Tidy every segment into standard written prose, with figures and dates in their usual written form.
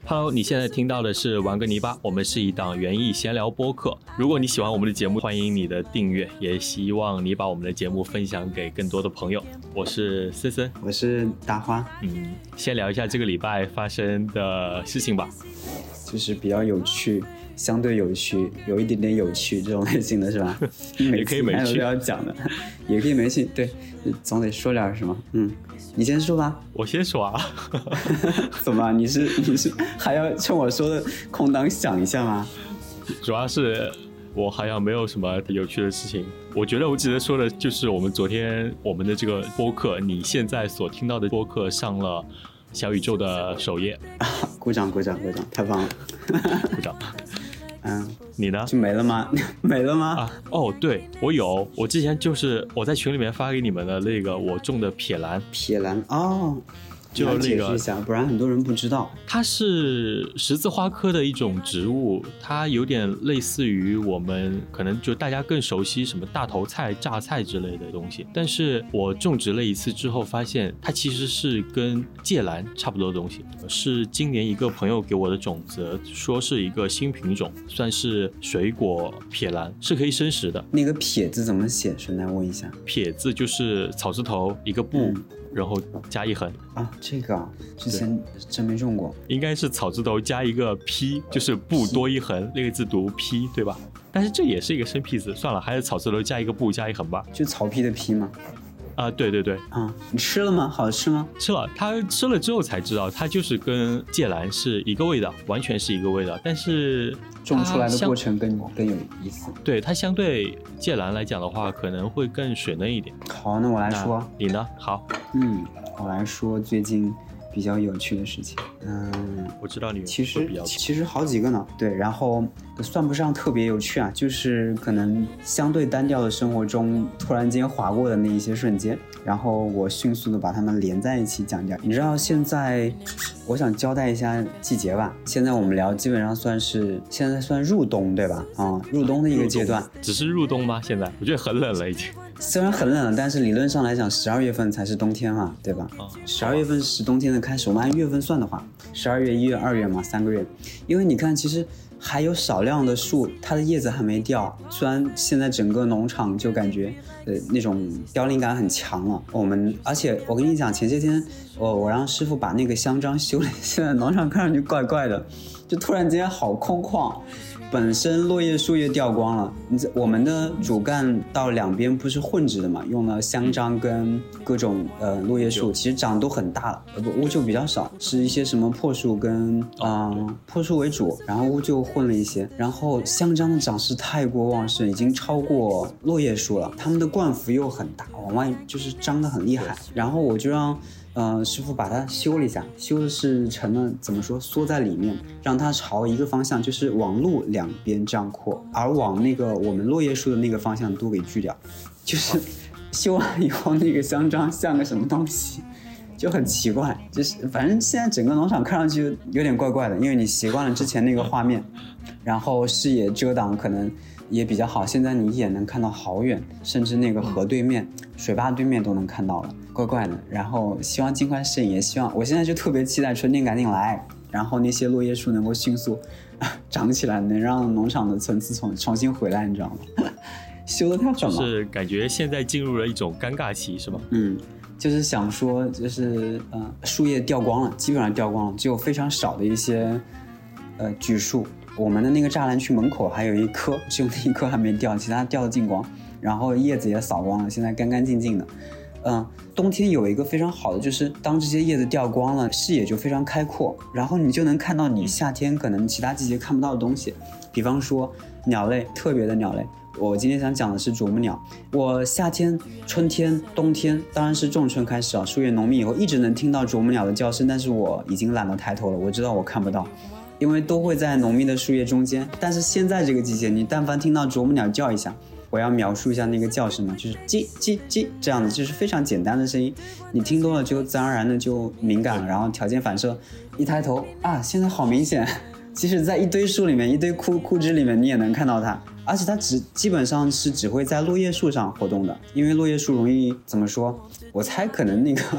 Hello， 你现在听到的是玩个泥巴，我们是一档园艺闲聊播客。如果你喜欢我们的节目，欢迎你的订阅，也希望你把我们的节目分享给更多的朋友。我是森森， 我是大花。 先聊一下这个礼拜发生的事情吧。 就是比较有趣，相对有趣，有一点点有趣这种类型的是吧？ 也可以没趣， 都要讲的，也可以没趣，对，总得说点什么。你先说吧。 我先说啊。 怎么？你是还要趁我说的空档想一下吗？ 主要是我好像没有什么有趣的事情。我觉得我值得说的就是我们昨天我们的这个播客，你现在所听到的播客上了小宇宙的首页。 鼓掌，太棒了。 鼓掌。你呢？ 就没了吗？没了吗？ 对，我之前就是我在群里面发给你们的那个我种的撇兰哦， 就那个解释一下，不然很多人不知道。 它是十字花科的一种植物，它有点类似于我们可能就大家更熟悉什么大头菜、榨菜之类的东西。但是我种植了一次之后，发现它其实是跟芥兰差不多的东西，是今年一个朋友给我的种子，说是一个新品种，算是水果撇兰，是可以生食的。 那个撇字怎么写？顺带问一下。 撇字就是草字头一个不。然后加一横啊，这个之前真没用过， 应该是草字头加一个批，就是不多一横，那个字读批，对吧？但是这也是一个生僻字，算了，还是草字头加一个不加一横吧。 就草批的批吗？ 对。 你吃了吗？好吃吗？ 吃了，他吃了之后才知道，它就是跟芥兰是一个味道，完全是一个味道，但是种出来的过程更有意思。 对，它相对芥兰来讲的话，可能会更水嫩一点。 好，那我来说。 你呢？好。 我来说最近比较有趣的事情。 我知道你其实好几个呢。对，然后算不上特别有趣啊，就是可能相对单调的生活中突然间划过的那一些瞬间，然后我迅速的把它们连在一起讲讲。你知道现在我想交代一下季节吧。现在我们聊基本上现在算入冬，对吧？入冬的一个阶段。 只是入冬吗？现在我觉得很冷了已经。 虽然很冷了，但是理论上来讲12月份才是冬天嘛，对吧？12月份是冬天的开始，我们按月份算的话，12月、1月、2月嘛，3个月。因为你看，其实还有少量的树，它的叶子还没掉。虽然现在整个农场就感觉那种凋零感很强了。而且我跟你讲，前些天我让师傅把那个香樟修了，现在农场看上去怪怪的，就突然间好空旷。本身落叶树叶掉光了，我们的主干道两边不是混植的嘛，用了香樟跟各种落叶树，其实长都很大了，乌桕比较少，是一些什么破树跟破树为主，然后乌桕混了一些，然后香樟的长势太过旺盛，已经超过落叶树了，它们的冠幅又很大，往外就是张得很厉害，然后我就让师傅把它修了一下，修的是成了怎么说，缩在里面，让它朝一个方向，就是往路两边这样扩，而往那个我们落叶树的那个方向都给锯掉。就是修完以后那个香樟像个什么东西，就很奇怪。就是反正现在整个农场看上去有点怪怪的，因为你习惯了之前那个画面，然后视野遮挡可能也比较好，现在你一眼能看到好远，甚至那个河对面、水坝对面都能看到了，怪怪的。然后希望尽快适应，也希望我现在就特别期待春天赶紧来，然后那些落叶树能够迅速长起来，能让农场的层次重新回来，你知道吗？修得太狠了， 就是感觉现在进入了一种尴尬期，是吗？ 就是想说，就是树叶掉光了，基本上掉光了，只有非常少的一些榉树。我们的那个栅栏区门口还有一棵，只有那一棵还没掉，其他掉得尽光，然后叶子也扫光了，现在干干净净的。冬天有一个非常好的，就是当这些叶子掉光了，视野就非常开阔，然后你就能看到你夏天可能其他季节看不到的东西，比方说鸟类，特别的鸟类。我今天想讲的是啄木鸟。我夏天、春天、冬天，当然是仲春开始树叶浓密以后，一直能听到啄木鸟的叫声，但是我已经懒得抬头了，我知道我看不到。因为都会在浓密的树叶中间，但是现在这个季节，你但凡听到啄木鸟叫一下，我要描述一下那个叫声嘛，就是叽叽叽这样的，就是非常简单的声音，你听多了就自然而然的就敏感了，然后条件反射一抬头现在好明显，即使在一堆树里面、一堆枯枝里面，你也能看到它，而且它基本上是只会在落叶树上活动的，因为落叶树容易怎么说？我猜可能那个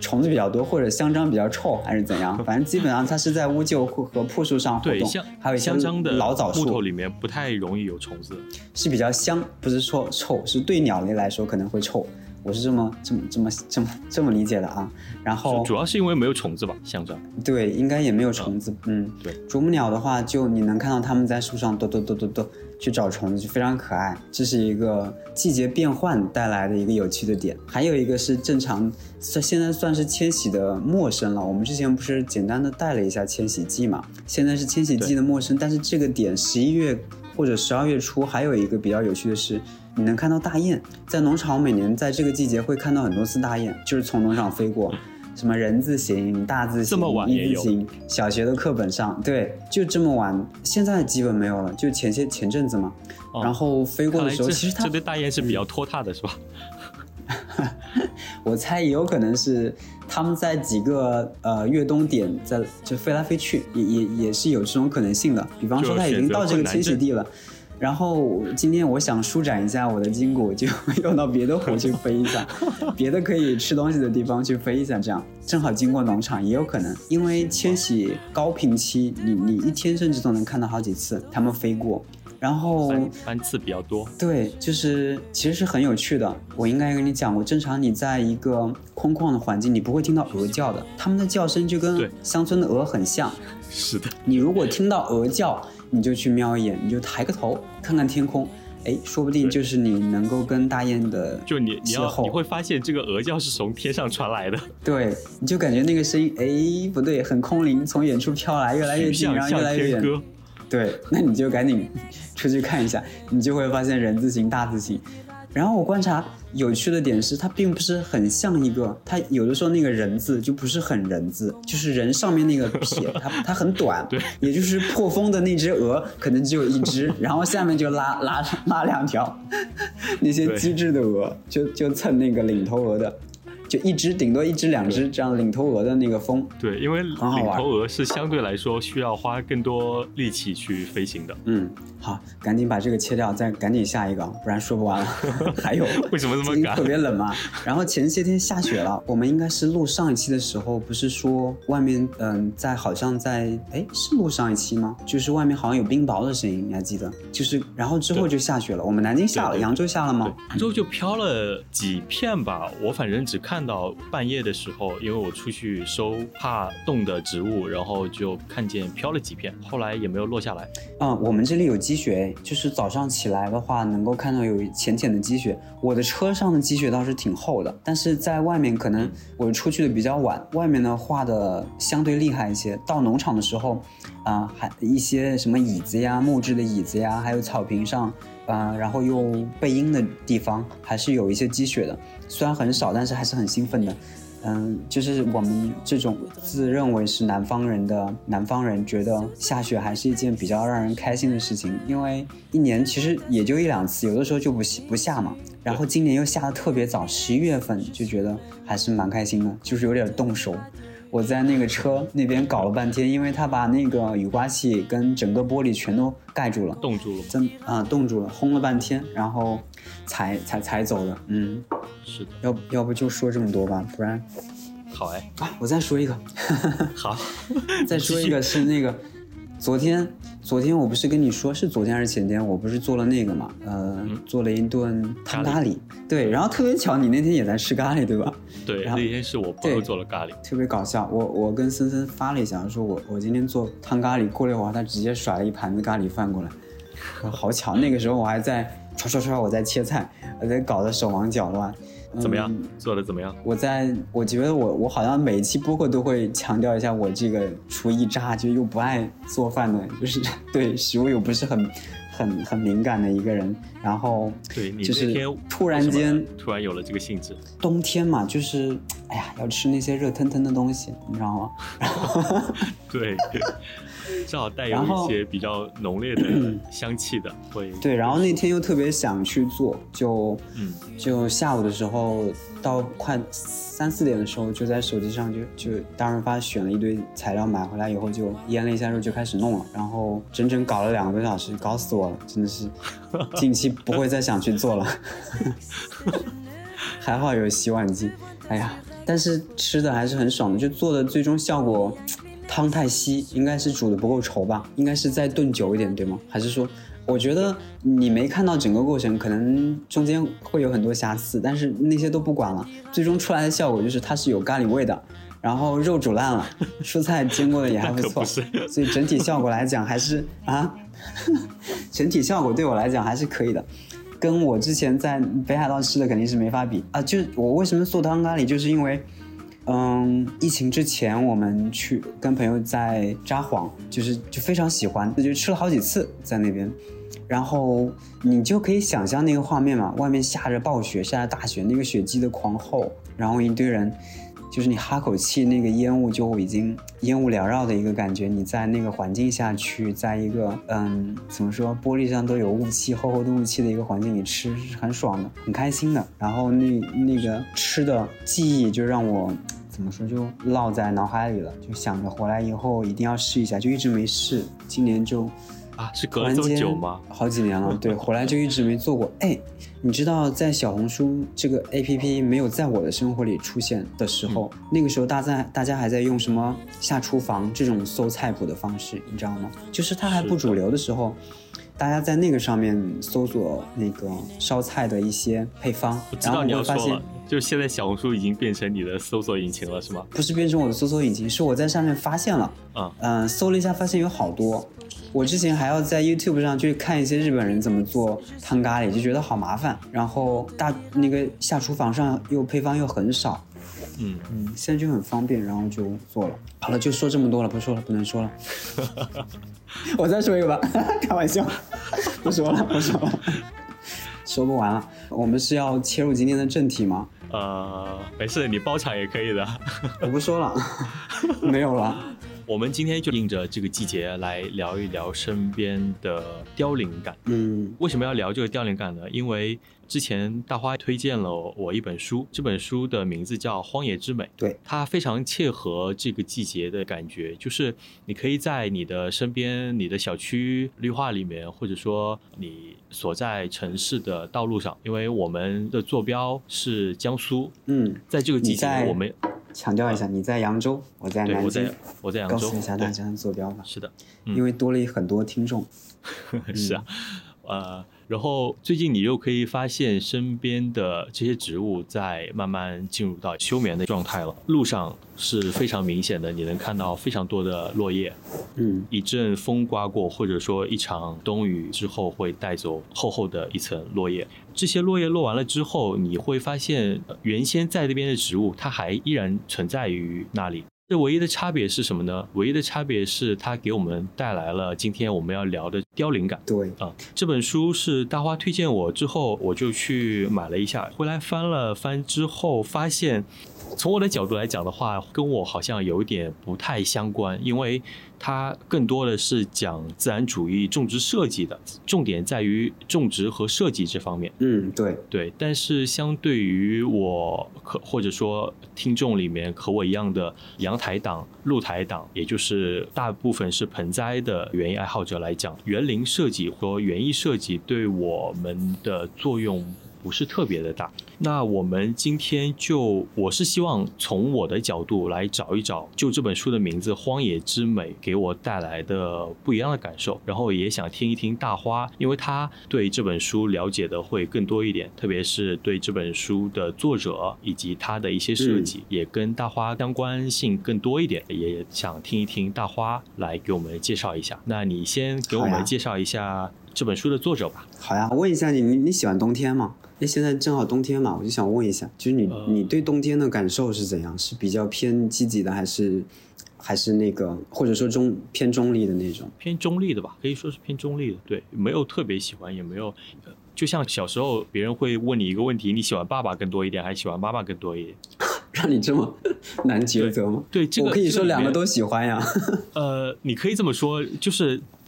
虫子比较多，或者香樟比较臭，还是怎样？反正基本上它是在乌桕和朴树上活动。 对， 还有一些香樟的老枣树木头里面不太容易有虫子， 是比较香，不是说臭，是对鸟类来说可能会臭。我是这么理解的啊。然后主要是因为没有虫子吧，香樟。 对，应该也没有虫子。 对。 啄木鸟的话，就你能看到它们在树上哆去找虫子，就非常可爱。这是一个季节变换带来的一个有趣的点。还有一个是正常，现在算是迁徙的末声了。我们之前不是简单的带了一下迁徙季嘛？现在是迁徙季的末声，但是这个点11月或者12月初还有一个比较有趣的是，你能看到大雁。在农场每年在这个季节会看到很多次大雁，就是从农场飞过。什么人字形、大字形、一字形，小学的课本上，对，就这么晚。现在基本没有了，就前阵子嘛。然后飞过的时候，其实它这对大雁是比较拖沓的，是吧？ 我猜也有可能是他们在几个越冬点就飞来飞去，也是有这种可能性的。比方说，它已经到这个迁徙地了。然后今天我想舒展一下我的筋骨，就用到别的湖去飞一下，别的可以吃东西的地方去飞一下，这样正好经过农场也有可能。因为迁徙高频期，你一天甚至都能看到好几次它们飞过，然后班次比较多。 对，就是其实是很有趣的。我应该跟你讲过，正常你在一个空旷的环境，你不会听到鹅叫的，它们的叫声就跟乡村的鹅很像。 是的。 你如果听到鹅叫，你就去瞄一眼，你就抬个头看看天空，说不定就是你能够跟大雁的就你会发现这个鹅叫是从天上传来的。 对，你就感觉那个声音，不对，很空灵，从远处飘来，越来越近，然后越来越远。对，那你就赶紧出去看一下，你就会发现人字形、大字形。然后我观察有趣的点是，它并不是很像一个，它有的时候那个人字就不是很人字，就是人上面那个撇，它很短， 对， 也就是破风的那只鹅可能只有一只，然后下面就拉两条，那些机智的鹅就蹭那个领头鹅的。就一只顶多一只两只这样领头鹅的那个风。 对，因为领头鹅是相对来说需要花更多力气去飞行的。 好，赶紧把这个切掉，再赶紧下一个，不然说不完了。还有为什么这么赶？ 特别冷嘛。然后前些天下雪了，我们应该是录上一期的时候，不是说外面好像在是录上一期吗？就是外面好像有冰雹的声音，你还记得？就是然后之后就下雪了。我们南京下了，扬州下了吗？ 扬州就飘了几片吧，我反正只看到半夜的时候，因为我出去收怕冻的植物，然后就看见飘了几片，后来也没有落下来。 我们这里有积雪，就是早上起来的话能够看到有浅浅的积雪。我的车上的积雪倒是挺厚的，但是在外面可能我出去的比较晚，外面呢化的相对厉害一些。到农场的时候还一些什么椅子呀，木质的椅子呀，还有草坪上然后又背阴的地方还是有一些积雪的，虽然很少，但是还是很兴奋的。就是我们这种自认为是南方人觉得下雪还是一件比较让人开心的事情，因为一年其实也就1-2次，有的时候就不下嘛。然后今年又下得特别早，11月份，就觉得还是蛮开心的，就是有点冻手。我在那个车那边搞了半天，因为他把那个雨刮器跟整个玻璃全都盖住了， 冻住了， 冻住了，轰了半天，然后才走的。 是的， 要不就说这么多吧，不然。 好我再说一个。 好， 再说一个是那个，昨天我不是跟你说是昨天还是前天，我不是做了那个嘛，做了一顿汤咖喱。对，然后特别巧，你那天也在吃咖喱，对吧？ 对，那天是我朋友做了咖喱， 特别搞笑。我跟森森发了一下，说我今天做汤咖喱，过了一会儿他直接甩了一盘子咖喱饭过来，好巧。那个时候我还在刷，我在切菜，我在搞得手忙脚乱。 怎么样？做的怎么样？ 我觉得我好像每一期播客都会强调一下我这个厨艺渣，就又不爱做饭的，就是对食物又不是很敏感的一个人。然后对你就是那天突然有了这个兴致。 冬天嘛，就是要吃那些热腾腾的东西，你知道吗？然后对，正好带有一些比较浓烈的香气的，会对。然后那天又特别想去做，就下午的时候到快3-4点的时候，就在手机上就当然发选了一堆材料，买回来以后就腌了一下肉，就开始弄了，然后整整搞了2个多小时，搞死我了，真的是近期不会再想去做了。 还好有洗碗机。哎呀，但是吃的还是很爽的，就做的最终效果汤太稀，应该是煮的不够稠吧，应该是再炖久一点，对吗？还是说我觉得你没看到整个过程，可能中间会有很多瑕疵，但是那些都不管了，最终出来的效果就是它是有咖喱味的，然后肉煮烂了，蔬菜煎过的也还不错，所以整体效果来讲还是整体效果对我来讲还是可以的，跟我之前在北海道吃的肯定是没法比啊。就我为什么做汤咖喱，就是因为疫情之前我们去跟朋友在札幌，就非常喜欢，就吃了好几次在那边，然后你就可以想象那个画面嘛，外面下着暴雪，下着大雪，那个雪积的狂厚，然后一堆人，就是你哈口气，那个烟雾就已经烟雾缭绕的一个感觉，你在那个环境下去，在一个怎么说，玻璃上都有雾气，厚厚的雾气的一个环境里吃是很爽的，很开心的。然后那个吃的记忆就让我怎么说，就烙在脑海里了，就想着回来以后一定要试一下，就一直没试。今年就是隔了这么久吗？ 好几年了，对，回来就一直没做过。哎，你知道在小红书这个 APP 没有在我的生活里出现的时候，那个时候大家还在用什么下厨房这种搜菜谱的方式，你知道吗？就是它还不主流的时候，大家在那个上面搜索那个烧菜的一些配方， 我知道你要说了，就是现在小红书已经变成你的搜索引擎了，是吗？ 不是变成我的搜索引擎，是我在上面发现了，搜了一下，发现有好多。我之前还要在 YouTube 上去看一些日本人怎么做汤咖喱，就觉得好麻烦。然后那个下厨房上配方又很少，现在就很方便，然后就做了。好了，就说这么多了，不说了，不能说了。我再说一个吧，开玩笑，不说了，说不完了。我们是要切入今天的正题吗？ 没事，你包场也可以的。 我不说了，没有了。 我们今天就应着这个季节来聊一聊身边的凋零感。为什么要聊这个凋零感呢？因为之前大花推荐了我一本书，这本书的名字叫《荒野之美》。 对， 它非常切合这个季节的感觉，就是你可以在你的身边、你的小区绿化里面，或者说你所在城市的道路上，因为我们的坐标是江苏。在这个季节我们强调一下，你在扬州，我在南京。 我在扬州， 告诉一下大家的坐标吧。 是的， 因为多了很多听众。 是啊，然后最近你又可以发现身边的这些植物在慢慢进入到休眠的状态了。路上是非常明显的，你能看到非常多的落叶。一阵风刮过，或者说一场冬雨之后，会带走厚厚的一层落叶。这些落叶落完了之后，你会发现原先在那边的植物它还依然存在于那里。这唯一的差别是什么呢？唯一的差别是它给我们带来了今天我们要聊的凋零感。 对这本书是大花推荐我之后，我就去买了一下，回来翻了翻之后，发现从我的角度来讲的话，跟我好像有点不太相关，因为它更多的是讲自然主义种植设计的，重点在于种植和设计这方面。对。但是相对于我或者说听众里面和我一样的阳台党、露台党，也就是大部分是盆栽的园艺爱好者来讲，园林设计和园艺设计对我们的作用不是特别的大。那我们今天我是希望从我的角度来找一找，就这本书的名字《荒野之美》给我带来的不一样的感受，然后也想听一听大花，因为他对这本书了解的会更多一点，特别是对这本书的作者以及他的一些设计，也跟大花相关性更多一点，也想听一听大花来给我们介绍一下。那你先给我们介绍一下这本书的作者吧。 好呀，问一下你喜欢冬天吗？现在正好冬天嘛，我就想问一下，就是你对冬天的感受是怎样？是比较偏积极的，还是那个或者说偏中立的那种？ 偏中立的吧，可以说是偏中立的。对，没有特别喜欢，也没有，就像小时候别人会问你一个问题，你喜欢爸爸更多一点，还是喜欢妈妈更多一点？ 让你这么难抉择吗？ 对，这个我可以说两个都喜欢呀。 你可以这么说，就是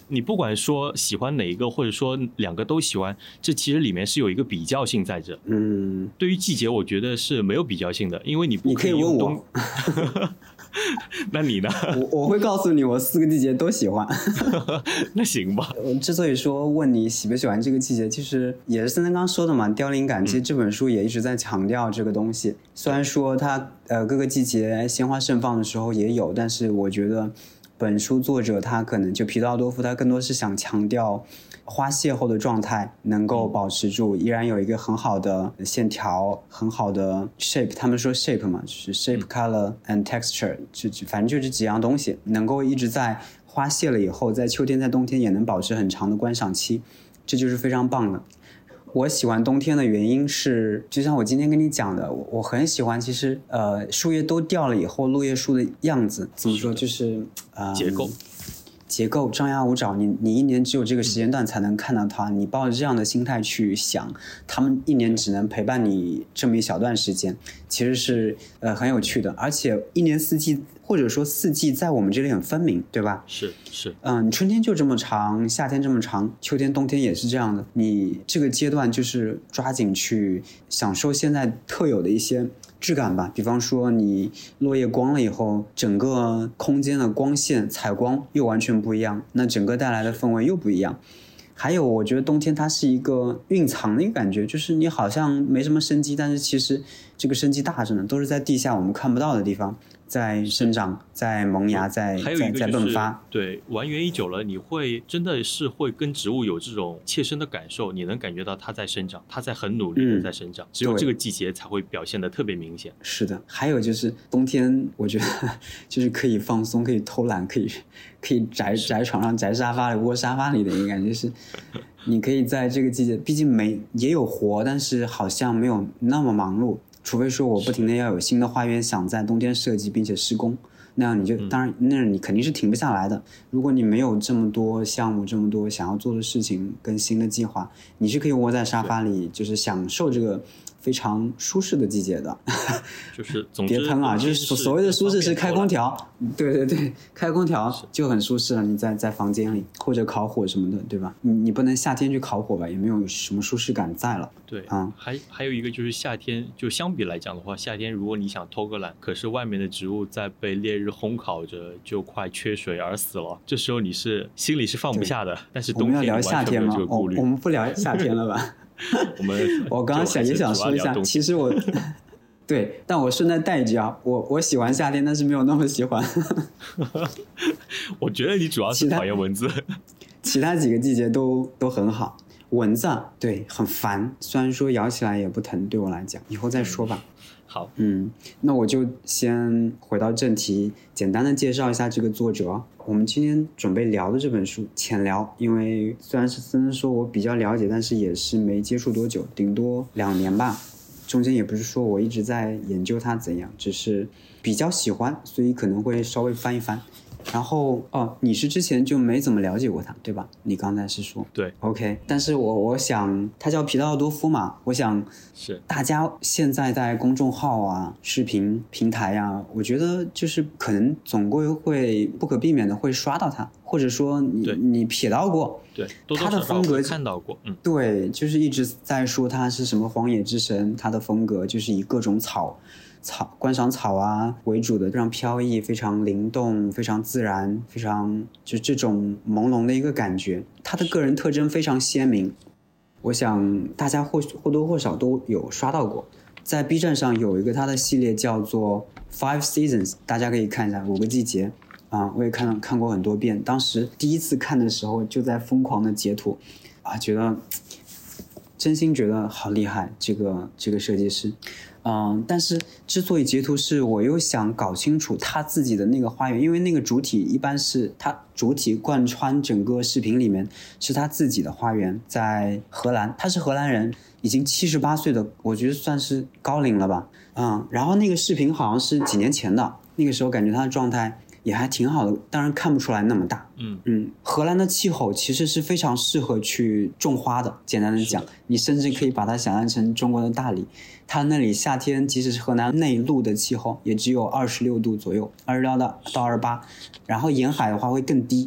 你不管说喜欢哪一个，或者说两个都喜欢，这其实里面是有一个比较性在这。对于季节，我觉得是没有比较性的，因为你不可以用冬。那你呢？ 我会告诉你，我4个季节都喜欢。 那行吧。 我之所以说问你喜不喜欢这个季节，就是也是森森刚说的嘛，凋零感。其实这本书也一直在强调这个东西。虽然说它各个季节鲜花盛放的时候也有，但是我觉得本书作者他可能就皮特劳多夫，他更多是想强调花谢后的状态能够保持住，依然有一个很好的线条，很好的 shape。他们说 shape 嘛，就是 shape、color and texture， 反正就这几样东西能够一直在花谢了以后，在秋天在冬天也能保持很长的观赏期，这就是非常棒的。我喜欢冬天的原因是，就像我今天跟你讲的，我很喜欢，其实树叶都掉了以后，落叶树的样子怎么说，就是结构张牙舞爪，你一年只有这个时间段才能看到它，你抱着这样的心态去想，他们一年只能陪伴你这么一小段时间，其实是很有趣的。而且一年四季或者说四季在我们这里很分明，对吧？ 是春天就这么长，夏天这么长，秋天冬天也是这样的。你这个阶段就是抓紧去享受现在特有的一些质感吧，比方说你落叶光了以后，整个空间的光线采光又完全不一样，那整个带来的氛围又不一样。还有我觉得冬天它是一个蕴藏的一个感觉，就是你好像没什么生机，但是其实这个生机大着呢，都是在地下我们看不到的地方在生长，在萌芽，在迸发。 对，玩园艺久了，你会真的是会跟植物有这种切身的感受，你能感觉到它在生长，它在很努力的在生长，只有这个季节才会表现得特别明显。 是的，还有就是冬天，我觉得就是可以放松，可以偷懒，可以宅床上、宅沙发里、窝沙发里的一个感觉，就是你可以在这个季节，毕竟也有活，但是好像没有那么忙碌。除非说我不停的要有新的花园想在冬天设计并且施工，那样你就当然那样你肯定是停不下来的。如果你没有这么多项目，这么多想要做的事情跟新的计划，你是可以窝在沙发里，就是享受这个非常舒适的季节的。 就是总之别喷啊，就是所谓的舒适是开空调，对，开空调就很舒适了。你在房间里或者烤火什么的，对吧？你不能夏天去烤火吧，也没有什么舒适感在了。 对啊，还有一个就是夏天，就相比来讲的话，夏天如果你想偷个懒，可是外面的植物在被烈日烘烤着，就快缺水而死了，这时候你是心里是放不下的。但是冬天我们要聊夏天吗？我们不聊夏天了吧？我刚刚也想说一下，其实我对，但我顺带带一句啊，我喜欢夏天，但是没有那么喜欢。 我觉得你主要是讨厌蚊子， 其他几个季节都很好。蚊子对很烦，虽然说咬起来也不疼，对我来讲，以后再说吧。 好， 那我就先回到正题，简单的介绍一下这个作者。我们今天准备聊的这本书浅聊，因为虽然是森森说我比较了解，但是也是没接触多久，顶多2年吧，中间也不是说我一直在研究它怎样，只是比较喜欢，所以可能会稍微翻一翻。然后你是之前就没怎么了解过他，对吧？你刚才是说对 ，OK。但是我想他叫皮特劳多夫嘛，我想是大家现在在公众号啊、视频平台啊，我觉得就是可能总归会不可避免的会刷到他，或者说你瞥到过， 对， 他的风格看到过， 对，就是一直在说他是什么荒野之神，他的风格就是以各种观赏草啊为主的，非常飘逸，非常灵动，非常自然，非常就这种朦胧的一个感觉。他的个人特征非常鲜明，我想大家或多或少都有刷到过。在 B 站上有一个他的系列叫做 Five Seasons， 大家可以看一下5个季节啊，我也看过很多遍。当时第一次看的时候就在疯狂的截图啊，真心觉得好厉害，这个设计师。但是之所以截图是我又想搞清楚他自己的那个花园，因为那个主体一般是他主体贯穿整个视频里面是他自己的花园，在荷兰，他是荷兰人，已经78岁的，我觉得算是高龄了吧。然后那个视频好像是几年前的，那个时候感觉他的状态也还挺好的，当然看不出来那么大。荷兰的气候其实是非常适合去种花的，简单的讲，你甚至可以把它想象成中国的大理。它那里夏天即使是河南内陆的气候也只有26度左右，26到28，然后沿海的话会更低。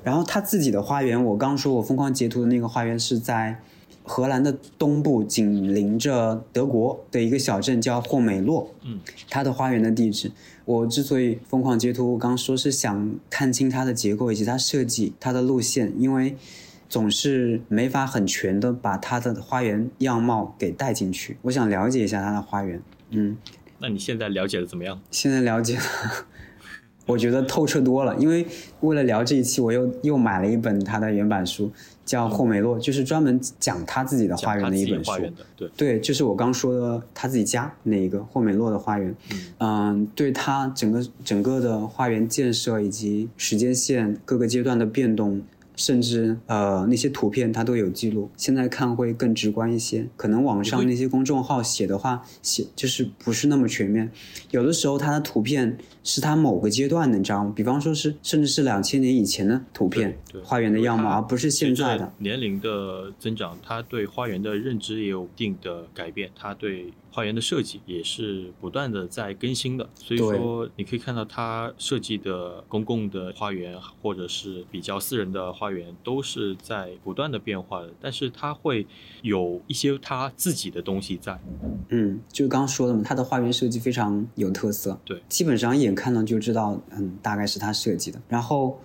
然后他自己的花园，我刚说我疯狂截图的那个花园是在荷兰的东部，紧邻着德国的一个小镇叫霍美洛。它的花园的地址，我之所以疯狂截图，我刚说是想看清它的结构以及它设计、它的路线，因为总是没法很全的把它的花园样貌给带进去。我想了解一下它的花园。 那你现在了解的怎么样？ 现在了解了。我觉得透彻多了，因为为了聊这一期，我又买了一本他的原版书，叫《霍梅洛》，就是专门讲他自己的花园的一本书。对，就是我刚说的他自己家那一个霍梅洛的花园。对他整个的花园建设以及时间线各个阶段的变动，甚至那些图片它都有记录，现在看会更直观一些。可能网上那些公众号写的话，写就是不是那么全面，有的时候它的图片是它某个阶段的，你知道吗？比方说是甚至是2000年以前的图片，花园的样貌，而不是现在的。 年龄的增长，他对花园的认知也有一定的改变，他对花园的设计也是不断的在更新的，所以说你可以看到他设计的公共的花园或者是比较私人的花园都是在不断的变化的，但是他会有一些他自己的东西在。 就刚刚说的嘛，他的花园设计非常有特色， 对， 基本上一眼看到就知道，大概是他设计的。然后，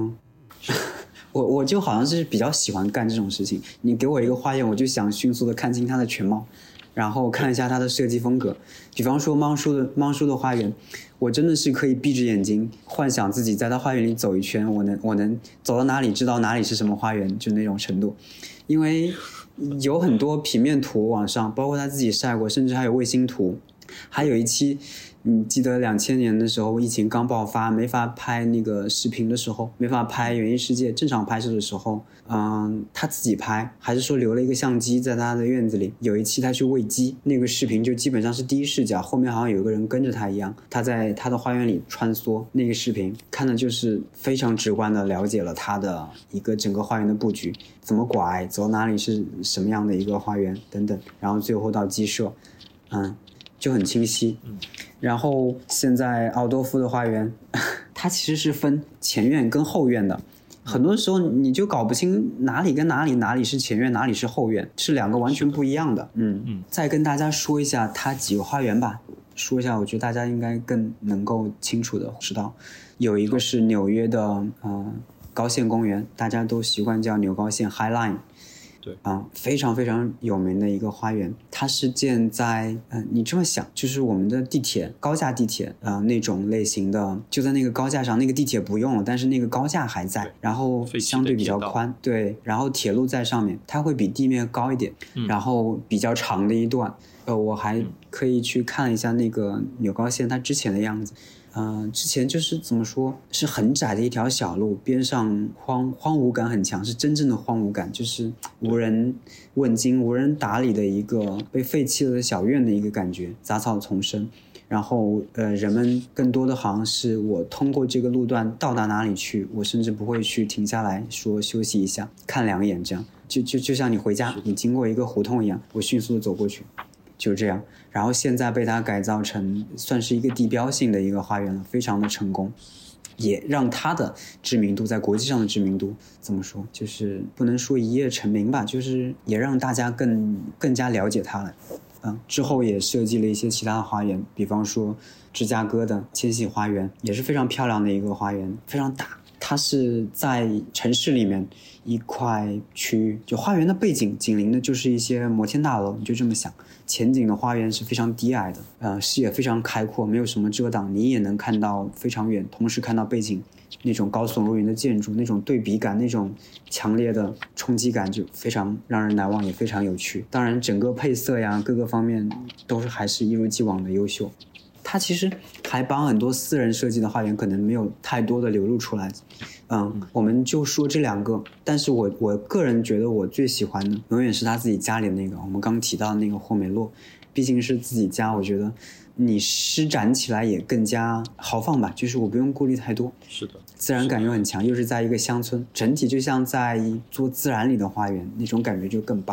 我就好像是比较喜欢干这种事情。你给我一个花园，我就想迅速的看清它的全貌，然后看一下它的设计风格。比方说芒叔的花园，我真的是可以闭着眼睛幻想自己在他花园里走一圈，我能走到哪里知道哪里是什么花园，就那种程度。因为有很多平面图网上，包括他自己晒过，甚至还有卫星图。还有一期你记得2000年的时候疫情刚爆发，没法拍那个视频的时候，没法拍园艺世界正常拍摄的时候，他自己拍，还是说留了一个相机在他的院子里。有一期他去喂鸡，那个视频就基本上是第一视角，后面好像有一个人跟着他一样，他在他的花园里穿梭。那个视频看的就是非常直观的了解了他的一个整个花园的布局，怎么拐，走哪里是什么样的一个花园等等，然后最后到鸡舍，就很清晰。然后现在奥多夫的花园它其实是分前院跟后院的，很多时候你就搞不清哪里跟哪里是前院哪里是后院，是两个完全不一样的。再跟大家说一下它几个花园吧，说一下我觉得大家应该更能够清楚的知道。有一个是纽约的高线公园，大家都习惯叫纽高线 High Line。 对非常非常有名的一个花园，它是建在你这么想，就是我们的地铁高架地铁那种类型的，就在那个高架上，那个地铁不用了，但是那个高架还在，然后相对比较宽，对，然后铁路在上面，它会比地面高一点，然后比较长的一段，我还可以去看一下那个纽高线它之前的样子。之前就是怎么说，是很窄的一条小路，边上荒芜感很强，是真正的荒芜感，就是无人问津、无人打理的一个被废弃了的小院的一个感觉，杂草丛生。然后人们更多的好像是我通过这个路段到达哪里去，我甚至不会去停下来说休息一下看两眼，这样就像你回家你经过一个胡同一样，我迅速的走过去，就这样。然后现在被它改造成算是一个地标性的一个花园了，非常的成功，也让它的知名度在国际上的知名度怎么说，就是不能说一夜成名吧，就是也让大家更加了解它了。之后也设计了一些其他的花园，比方说芝加哥的千禧花园也是非常漂亮的一个花园，非常大。它是在城市里面一块区域，就花园的背景紧邻的就是一些摩天大楼，你就这么想。前景的花园是非常低矮的，视野非常开阔，没有什么遮挡，你也能看到非常远，同时看到背景那种高耸入云的建筑，那种对比感，那种强烈的冲击感就非常让人难忘，也非常有趣。当然整个配色呀各个方面都是还是一如既往的优秀。它其实还帮很多私人设计的花园可能没有太多的流露出来，我们就说这两个，但是我个人觉得我最喜欢的永远是他自己家里的那个，我们刚提到的那个霍美洛，毕竟是自己家，我觉得你施展起来也更加豪放吧，就是我不用顾虑太多， 是的， 自然感又很强，又是在一个乡村，整体就像在一座自然里的花园，那种感觉就更棒。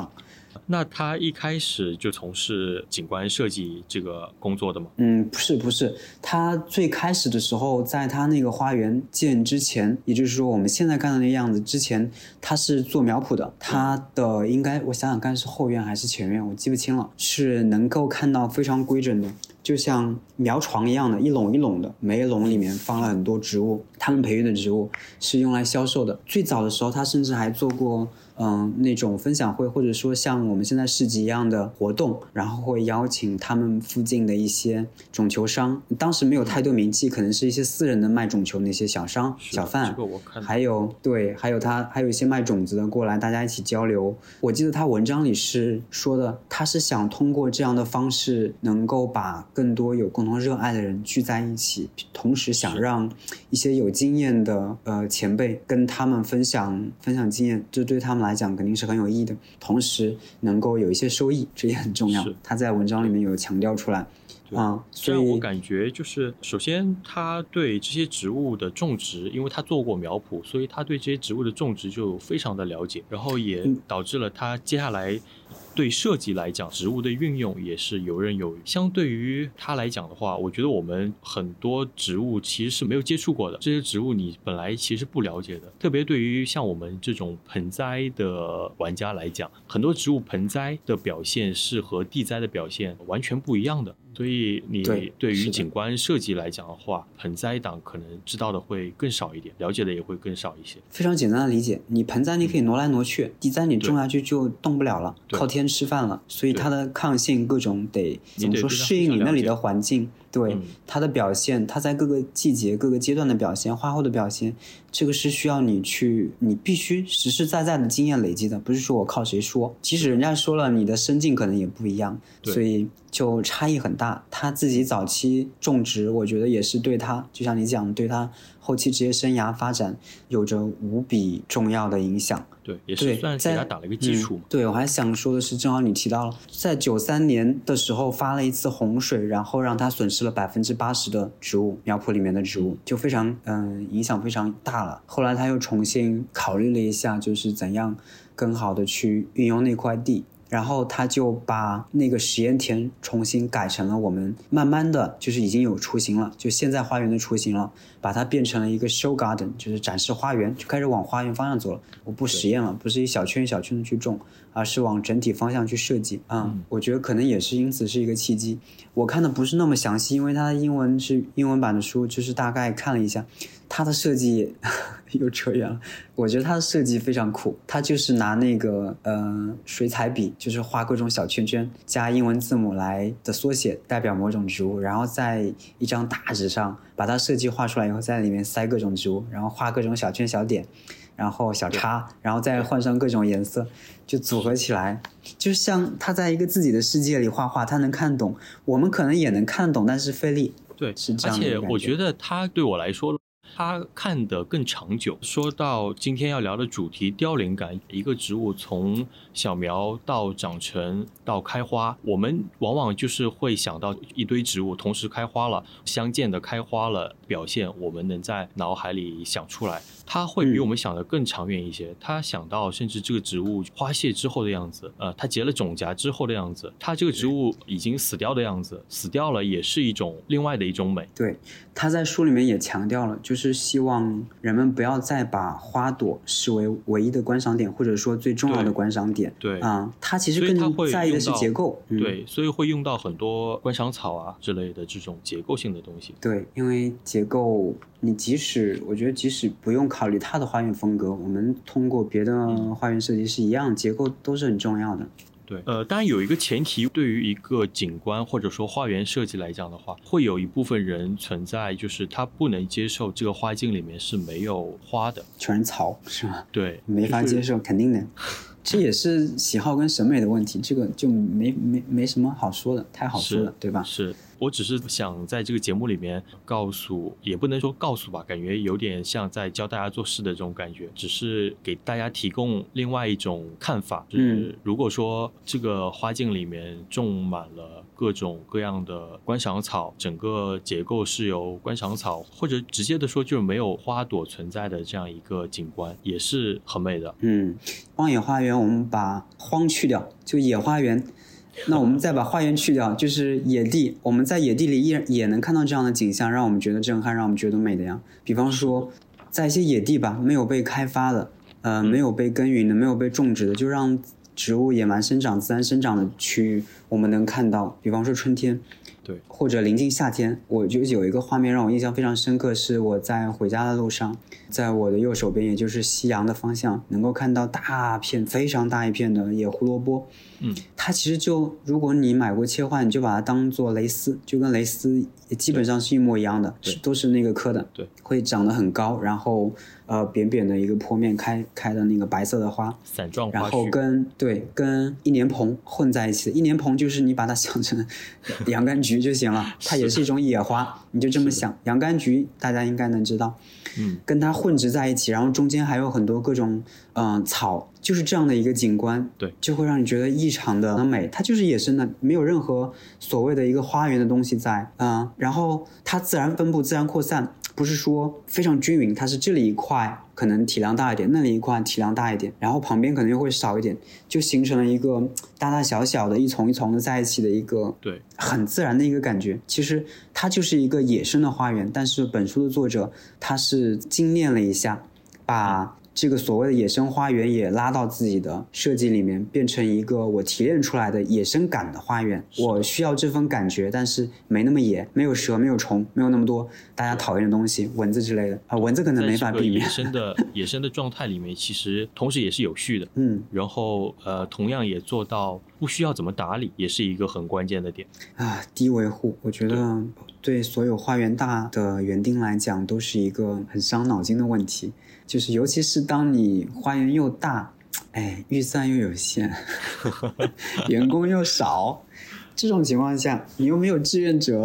那他一开始就从事景观设计这个工作的吗？ 不是，他最开始的时候，在他那个花园建之前，也就是说我们现在看到那样子之前，他是做苗圃的。他的应该我想想看是后院还是前院，我记不清了，是能够看到非常规整的，就像苗床一样的，一垄一垄的，每一垄里面放了很多植物，他们培育的植物是用来销售的。最早的时候，他甚至还做过那种分享会，或者说像我们现在市集一样的活动，然后会邀请他们附近的一些种球商，当时没有太多名气，可能是一些私人的卖种球那些小商小贩， 这个我看还有一些卖种子的过来，大家一起交流。我记得他文章里是说的，他是想通过这样的方式能够把更多有共同热爱的人聚在一起，同时想让一些有经验的前辈跟他们分享经验，这对他们来讲肯定是很有意义的，同时能够有一些收益，这也很重要。他在文章里面有强调出来。 所以我感觉就是首先他对这些植物的种植，因为他做过苗圃，所以他对这些植物的种植就非常的了解，然后也导致了他接下来对设计来讲植物的运用也是游刃有余。相对于他来讲的话，我觉得我们很多植物其实是没有接触过的，这些植物你本来其实不了解的，特别对于像我们这种盆栽的玩家来讲，很多植物盆栽的表现是和地栽的表现完全不一样的，所以你对于景观设计来讲的话，盆栽党可能知道的会更少一点，了解的也会更少一些。 非常简单的理解，你盆栽你可以挪来挪去，地栽你种下去就动不了了，靠天吃饭了，所以它的抗性各种得怎么说适应你那里的环境。对，它的表现，它在各个季节各个阶段的表现，花后的表现，这个是需要你必须实实在在的经验累积的，不是说我靠谁说，即使人家说了，你的生境可能也不一样，所以就差异很大。他自己早期种植，我觉得也是对他，就像你讲，对他后期职业生涯发展有着无比重要的影响。 对，也是算给他打了一个基础嘛。 对，我还想说的是，正好你提到了，在93年的时候发了一次洪水，然后让他损失了80%的植物，苗圃里面的植物就非常影响非常大了。后来他又重新考虑了一下，就是怎样更好的去运用那块地。然后他就把那个实验田重新改成了我们慢慢的就是已经有雏形了，就现在花园的雏形了，把它变成了一个 show garden， 就是展示花园，就开始往花园方向走了。我不实验了，不是一小圈一小圈的去种，而是往整体方向去设计。我觉得可能也是因此是一个契机。我看的不是那么详细，因为它的英文版的书，就是大概看了一下。它的设计又扯远了，我觉得它的设计非常酷，它就是拿那个水彩笔，就是画各种小圈圈加英文字母来的缩写代表某种植物，然后在一张大纸上把它设计画出来以后，在里面塞各种植物，然后画各种小圈小点，然后小叉，然后再换上各种颜色，就组合起来，就像他在一个自己的世界里画画，他能看懂，我们可能也能看懂，但是费力。 对， 是这样的。 而且我觉得他对我来说，他看得更长久。说到今天要聊的主题凋零感，一个植物从小苗到长成到开花，我们往往就是会想到一堆植物同时开花了，相间的开花了表现，我们能在脑海里想出来。他会比我们想的更长远一些，他想到甚至这个植物花谢之后的样子，它结了种荚之后的样子，它这个植物已经死掉的样子，死掉了也是另外的一种美。 对，他在书里面也强调了，就是希望人们不要再把花朵视为唯一的观赏点，或者说最重要的观赏点。 对他其实更在意的是结构。 对，所以会用到很多观赏草啊之类的这种结构性的东西。 对，因为结构你我觉得即使不用考虑它的花园风格，我们通过别的花园设计是一样，结构都是很重要的。 对，当然有一个前提，对于一个景观或者说花园设计来讲的话，会有一部分人存在，就是他不能接受这个花境里面是没有花的， 全是草，是吧？ 对， 没法接受，肯定的。这也是喜好跟审美的问题，这个就没什么好说的，太好说了，对吧？ 是。 我只是想在这个节目里面告诉，也不能说告诉吧，感觉有点像在教大家做事的这种感觉，只是给大家提供另外一种看法，就是如果说这个花境里面种满了各种各样的观赏草，整个结构是由观赏草，或者直接的说就是没有花朵存在的这样一个景观，也是很美的。 荒野花园我们把荒去掉，就野花园，那我们再把花园去掉，就是野地，我们在野地里也能看到这样的景象，让我们觉得震撼，让我们觉得美的呀。比方说在一些野地吧，没有被开发的没有被耕耘的，没有被种植的，就让植物野蛮生长自然生长的区域我们能看到。比方说春天， 对， 或者临近夏天，我就有一个画面让我印象非常深刻，是我在回家的路上，在我的右手边，也就是夕阳的方向，能够看到大片非常大一片的野胡萝卜。它其实就如果你买过切换，你就把它当做蕾丝，就跟蕾丝基本上是一模一样的，都是那个科的， 对， 会长得很高，然后扁扁的一个坡面开的那个白色的花， 伞状花序， 然后跟一年蓬混在一起的。一年蓬就是你把它想成洋甘菊就行了，它也是一种野花，你就这么想。洋甘菊大家应该能知道，跟它混植在一起，然后中间还有很多各种草，就是这样的一个景观， 对， 就会让你觉得异常的美。它就是野生的，没有任何所谓的一个花园的东西在然后它自然分布、自然扩散，不是说非常均匀，它是这里一块可能体量大一点，那里一块体量大一点，然后旁边可能又会少一点，就形成了一个大大小小的一丛一丛的在一起的一个对很自然的一个感觉。其实它就是一个野生的花园，但是本书的作者他是精炼了一下，把这个所谓的野生花园也拉到自己的设计里面，变成一个我提炼出来的野生感的花园。我需要这份感觉，但是没那么野，没有蛇，没有虫，没有那么多大家讨厌的东西，蚊子之类的蚊子可能没法避免。 野生的状态里面，其实同时也是有序的，然后同样也做到不需要怎么打理，也是一个很关键的点低维护，我觉得对所有花园大的园丁来讲都是一个很伤脑筋的问题，就是尤其是当你花园又大，预算又有限员工又少，这种情况下你又没有志愿者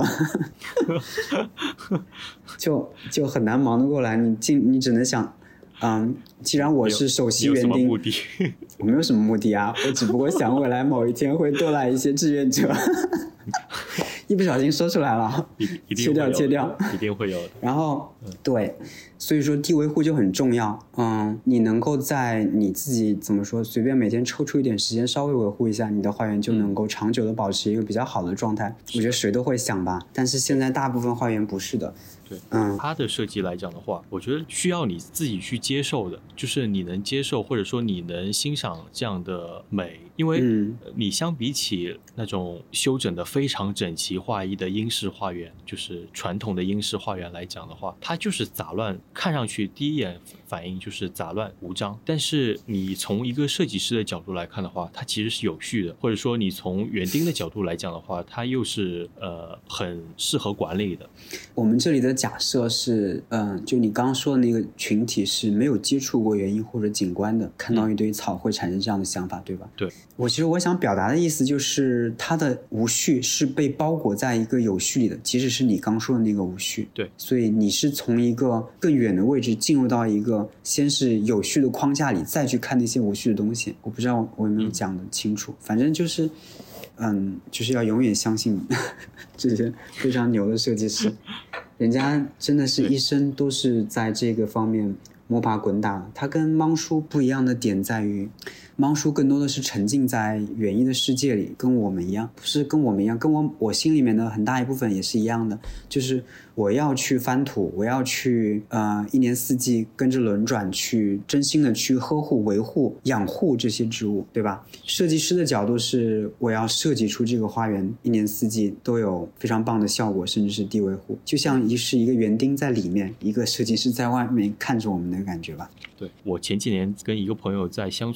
就很难忙得过来。你只能想既然我是首席园丁，我没有什么目的啊，我只不过想未来某一天会多来一些志愿者一不小心说出来了，切掉， 一定会有的。 然后对，所以说低维护就很重要。你能够在你自己怎么说，随便每天抽出一点时间稍微维护一下，你的花园就能够长久的保持一个比较好的状态。我觉得谁都会想吧，但是现在大部分花园不是的。 对，它的设计来讲的话，我觉得需要你自己去接受的，就是你能接受或者说你能欣赏这样的美，因为你相比起那种修整的非常整齐划一的英式花园，就是传统的英式花园来讲的话，它就是杂乱，看上去第一眼反应就是杂乱无章。但是你从一个设计师的角度来看的话，它其实是有序的，或者说你从园丁的角度来讲的话，它又是很适合管理的。 我们这里的假设是就你刚刚说的那个群体是没有接触过园艺或者景观的，看到一堆草会产生这样的想法，对吧？ 对， 其实我想表达的意思就是它的无序是被包裹在一个有序里的，即使是你刚说的那个无序。 对， 所以你是从一个更远的位置进入到一个先是有序的框架里，再去看那些无序的东西。我不知道我有没有讲得清楚，反正就是就是要永远相信这些非常牛的设计师，人家真的是一生都是在这个方面摸爬滚打。他跟芒叔不一样的点在于，芒叔更多的是沉浸在园艺的世界里，跟我们一样，不是跟我们一样，跟我心里面的很大一部分也是一样的，就是我要去翻土，我要去一年四季跟着轮转，去真心的去呵护、维护、养护这些植物，对吧？设计师的角度是我要设计出这个花园一年四季都有非常棒的效果，甚至是低维护，就像是一个园丁在里面，一个设计师在外面看着我们的感觉吧。 对，我前几年跟一个朋友在乡村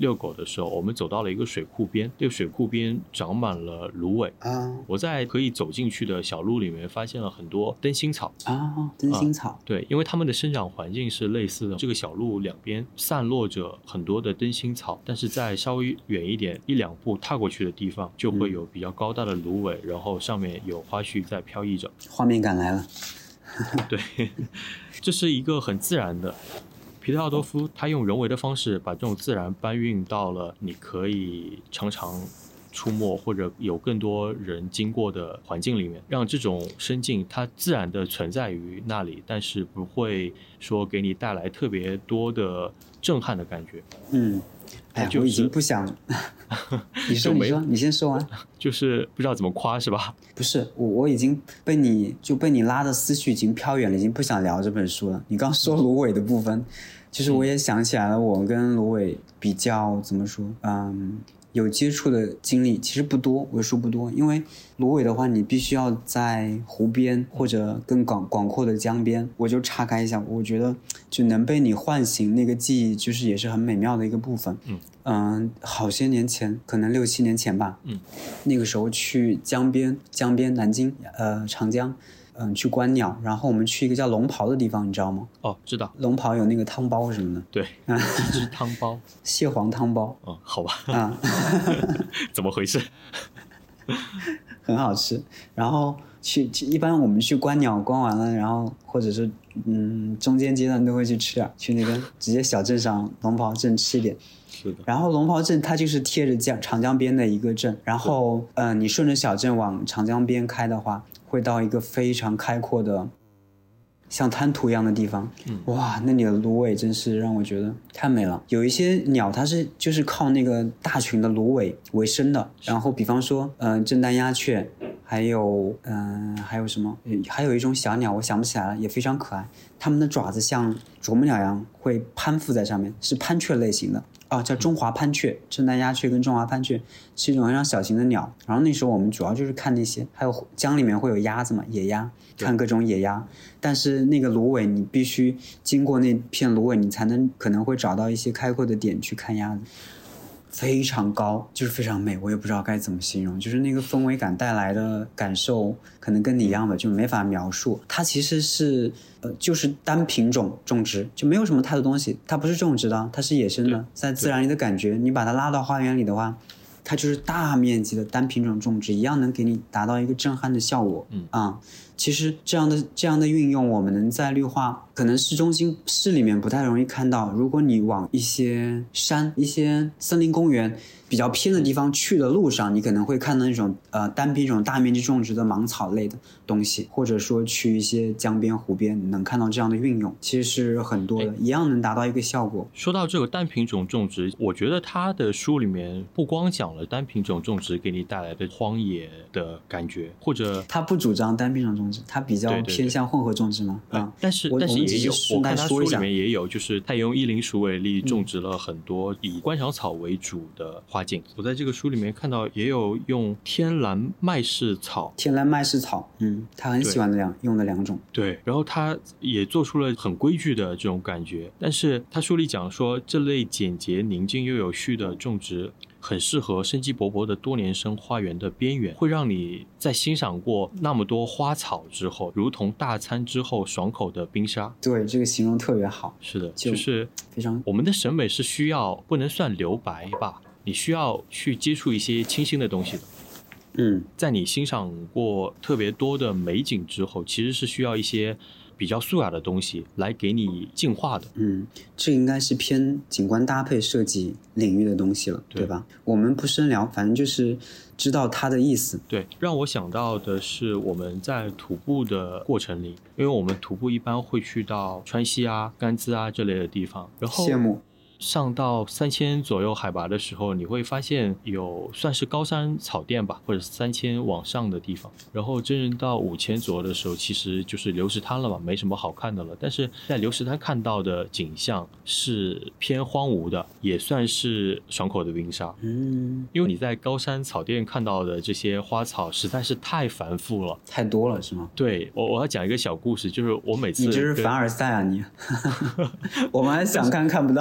遛狗的时候，我们走到了一个水库边，这个水库边长满了芦苇啊。我在可以走进去的小路里面发现了很多灯芯草啊，灯芯草， 对，因为它们的生长环境是类似的，这个小路两边散落着很多的灯芯草，但是在稍微远一点1-2步踏过去的地方，就会有比较高大的芦苇，然后上面有花絮在飘逸着， 画面感来了。 对，这是一个很自然的。皮特奥多夫他用人为的方式把这种自然搬运到了你可以常常出没或者有更多人经过的环境里面，让这种生境它自然的存在于那里，但是不会说给你带来特别多的震撼的感觉。 我已经不想你说你先说完。 就是不知道怎么夸是吧？ 不是，我已经被你拉的思绪已经飘远了，已经不想聊这本书了。你刚说芦苇的部分，就是我也想起来了，我跟芦苇比较怎么说，有接触的经历其实不多，为数不多。因为芦苇的话，你必须要在湖边或者更广阔的江边。我就岔开一下，我觉得就能被你唤醒那个记忆，就是也是很美妙的一个部分。好些年前，可能6-7年前吧。那个时候去江边南京长江。去观鸟，然后我们去一个叫龙袍的地方，你知道吗？ 哦，知道。 龙袍有那个汤包什么的。对， 鸡汁汤包， 蟹黄汤包。 好吧。怎么回事？ 很好吃。然后一般我们去观鸟，观完了，然后或者是中间阶段都会去吃点，去那边直接小镇上龙袍镇吃一点。 是的。 然后龙袍镇它就是贴着长江边的一个镇，然后你顺着小镇往长江边开的话，会到一个非常开阔的像滩涂一样的地方。哇，那里的芦苇真是让我觉得太美了。有一些鸟它就是靠那个大群的芦苇为生的，然后比方说震旦鸦雀，还有什么，还有一种小鸟我想不起来了，也非常可爱，它们的爪子像啄木鸟一样会攀附在上面，是攀雀类型的。叫中华攀雀，震旦鸦雀跟中华攀雀是一种非常小型的鸟。然后那时候我们主要就是看那些，还有江里面会有鸭子嘛，野鸭，看各种野鸭。但是那个芦苇，你必须经过那片芦苇，你才可能会找到一些开阔的点去看鸭子。非常高，就是非常美，我也不知道该怎么形容，就是那个氛围感带来的感受可能跟你一样吧，就没法描述。它其实是就是单品种种植，就没有什么太多东西，它不是种植的，它是野生的，在自然里的感觉。你把它拉到花园里的话，它就是大面积的单品种种植，一样能给你达到一个震撼的效果。其实这样的运用，我们能在绿化可能市中心市里面不太容易看到。如果你往一些山、一些森林公园比较偏的地方去的路上，你可能会看到那种单品种大面积种植的芒草类的东西，或者说去一些江边湖边能看到这样的运用，其实是很多的，一样能达到一个效果。 说到这个单品种种植，我觉得他的书里面不光讲了单品种种植给你带来的荒野的感觉，或者他不主张单品种种植，他比较偏向混合种植嘛。 但是也有，我看他书里面也有，就是他也用1龄鼠尾栗种植了很多以观赏草为主的花境。我在这个书里面看到也有用天蓝麦氏草，他很喜欢用的2种。对，然后他也做出了很规矩的这种感觉，但是他书里讲说，这类简洁宁静又有序的种植很适合生机勃勃的多年生花园的边缘，会让你在欣赏过那么多花草之后，如同大餐之后爽口的冰沙。 对，这个形容特别好。 是的，就是非常，我们的审美是需要，不能算留白吧，你需要去接触一些清新的东西的。在你欣赏过特别多的美景之后，其实是需要一些比较素雅的东西来给你净化的。 这应该是偏景观搭配设计领域的东西了， 对吧？我们不深聊，反正就是知道它的意思。 对，让我想到的是我们在徒步的过程里，因为我们徒步一般会去到川西啊、甘孜啊这类的地方，然后羡慕。 上到3000左右海拔的时候，你会发现有算是高山草甸吧，或者3000往上的地方。然后真正到5000左右的时候，其实就是流石滩了嘛，没什么好看的了。但是在流石滩看到的景象是偏荒芜的，也算是爽口的冰沙。因为你在高山草甸看到的这些花草实在是太繁复了， 太多了，是吗？ 对，我要讲一个小故事，就是我每次你这是凡尔赛啊你我们还想看不到呢。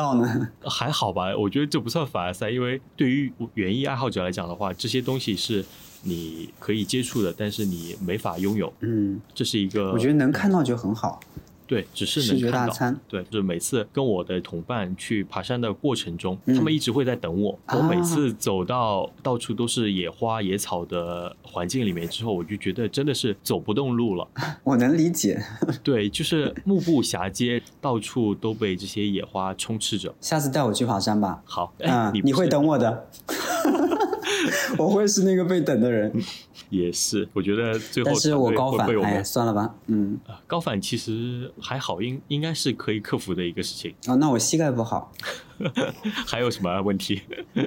还好吧，我觉得这不算凡尔赛，因为对于园艺爱好者来讲的话，这些东西是你可以接触的，但是你没法拥有。这是一个我觉得能看到就很好。 对，只是能看到。视觉大餐。对，就是每次跟我的同伴去爬山的过程中，他们一直会在等我。我每次走到到处都是野花野草的环境里面之后，我就觉得真的是走不动路了。 我能理解。 对，就是目不暇接，到处都被这些野花充斥着。 下次带我去爬山吧。 好， 你会等我的。我会是那个被等的人。 也是，我觉得最后但是我高反，算了吧。 高反其实还好，应该是可以克服的一个事情。 那我膝盖不好。 还有什么问题？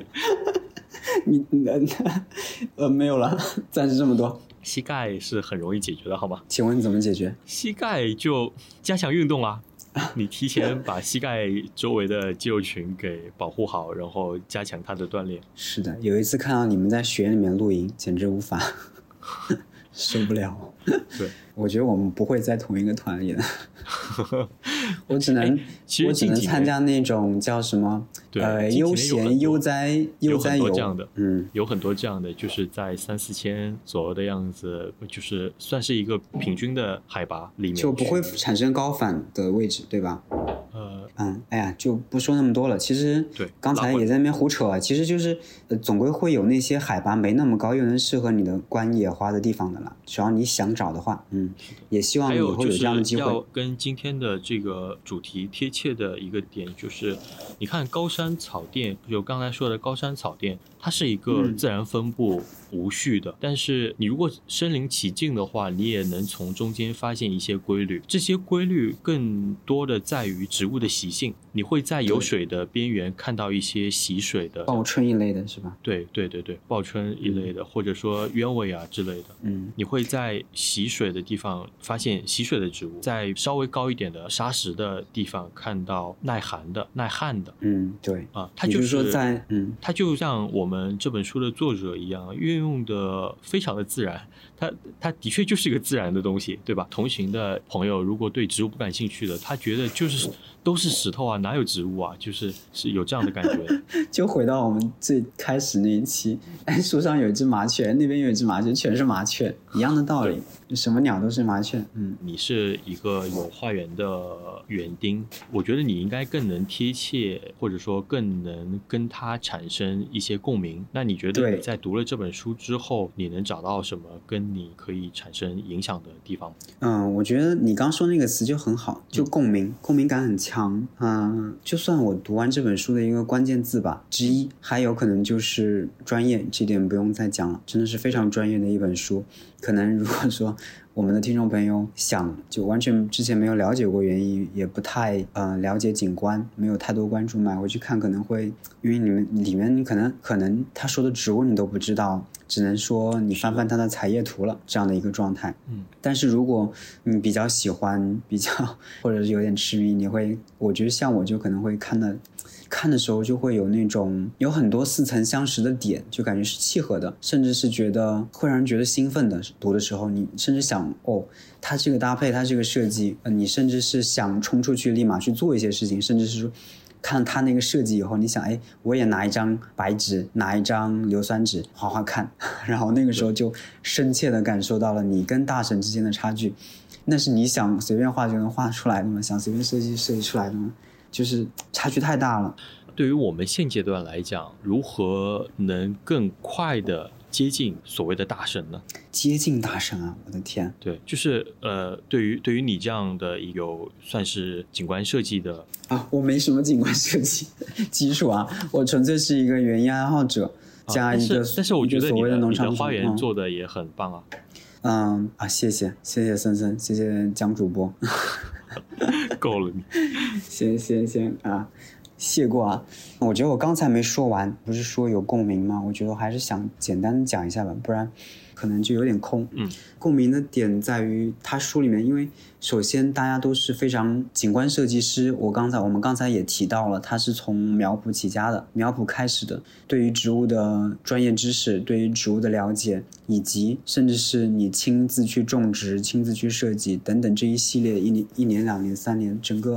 没有了，暂时这么多。 膝盖是很容易解决的，好吗？ 请问怎么解决？ 膝盖就加强运动啊。你提前把膝盖周围的肌肉群给保护好，然后加强它的锻炼。是的，有一次看到你们在学院里面露营，简直无法受不了。 对， 我觉得我们不会在同一个团里的。我只能参加那种叫什么悠闲悠哉游这样的。有很多这样的，就是在3-4千左右的样子，就是算是一个平均的海拔里面， 就不会产生高反的位置，对吧？哎呀，就不说那么多了。其实刚才也在那边胡扯啊，其实就是总归会有那些海拔没那么高又能适合你的观野花的地方的啦，只要你想找的话。也希望以后有这样的机会。 要跟今天的这个主题贴切的一个点就是，你看高山草甸，就刚才说的高山草甸，它是一个自然分布无序的，但是你如果身临其境的话，你也能从中间发现一些规律。这些规律更多的在于植物的习性，你会在有水的边缘看到一些习水的报春一类的是吧？ 对，报春一类的，或者说鸢尾啊之类的。你会在习水的地方发现习水的植物，在稍微高一点的沙石的地方看到耐寒的、耐旱的。 对啊，它就是说在它就像我们这本书的作者一样，运用的非常的自然。它的确就是一个自然的东西，对吧？同行的朋友如果对植物不感兴趣的，他觉得就是都是石头啊，哪有植物啊，是有这样的感觉。 就回到我们最开始那一期，树上有一只麻雀，那边有一只麻雀，全是麻雀，一样的道理，什么鸟都是麻雀。 你是一个有花园的园丁，我觉得你应该更能贴切，或者说更能跟它产生一些共鸣。那你觉得你在读了这本书之后，你能找到什么跟你可以产生影响的地方？ 我觉得你刚说那个词就很好，就共鸣，共鸣感很强。就算我读完这本书的一个关键字吧之一，还有可能就是专业，这点不用再讲了，真的是非常专业的一本书。可能如果说我们的听众朋友想就完全之前没有了解过园艺，也不太了解景观，没有太多关注，买回去看可能会，因为你们里面你可能他说的植物你都不知道，只能说你翻翻它的采叶图了，这样的一个状态。但是如果你比较喜欢，或者是有点痴迷，我觉得像我就可能会看的时候就会有那种有很多似曾相识的点，就感觉是契合的，甚至是会让人觉得兴奋的。读的时候你甚至想它这个搭配，它这个设计，你甚至是想冲出去立马去做一些事情，甚至是说看它那个设计以后，你想我也拿一张白纸，拿一张硫酸纸画画看，然后那个时候就深切地感受到了你跟大神之间的差距。那是你想随便画就能画出来的吗？想随便设计出来的吗？就是差距太大了。 对于我们现阶段来讲，如何能更快的接近所谓的大神呢？ 接近大神啊！我的天， 对，就是对于你这样的有算是景观设计的我没什么景观设计基础啊，我纯粹是一个园艺爱好者加一个但是我觉得你的花园做的也很棒啊。 谢谢森森，谢谢江主播。 够了你， 先谢过啊。我觉得我刚才没说完，不是说有共鸣吗？我觉得我还是想简单讲一下吧，不然可能就有点空。共鸣的点在于他书里面，因为首先大家都是非常景观设计师，我们刚才也提到了，他是从苗圃起家的，苗圃开始的，对于植物的专业知识，对于植物的了解，以及甚至是你亲自去种植、亲自去设计等等这一系列1年、2年、3年，整个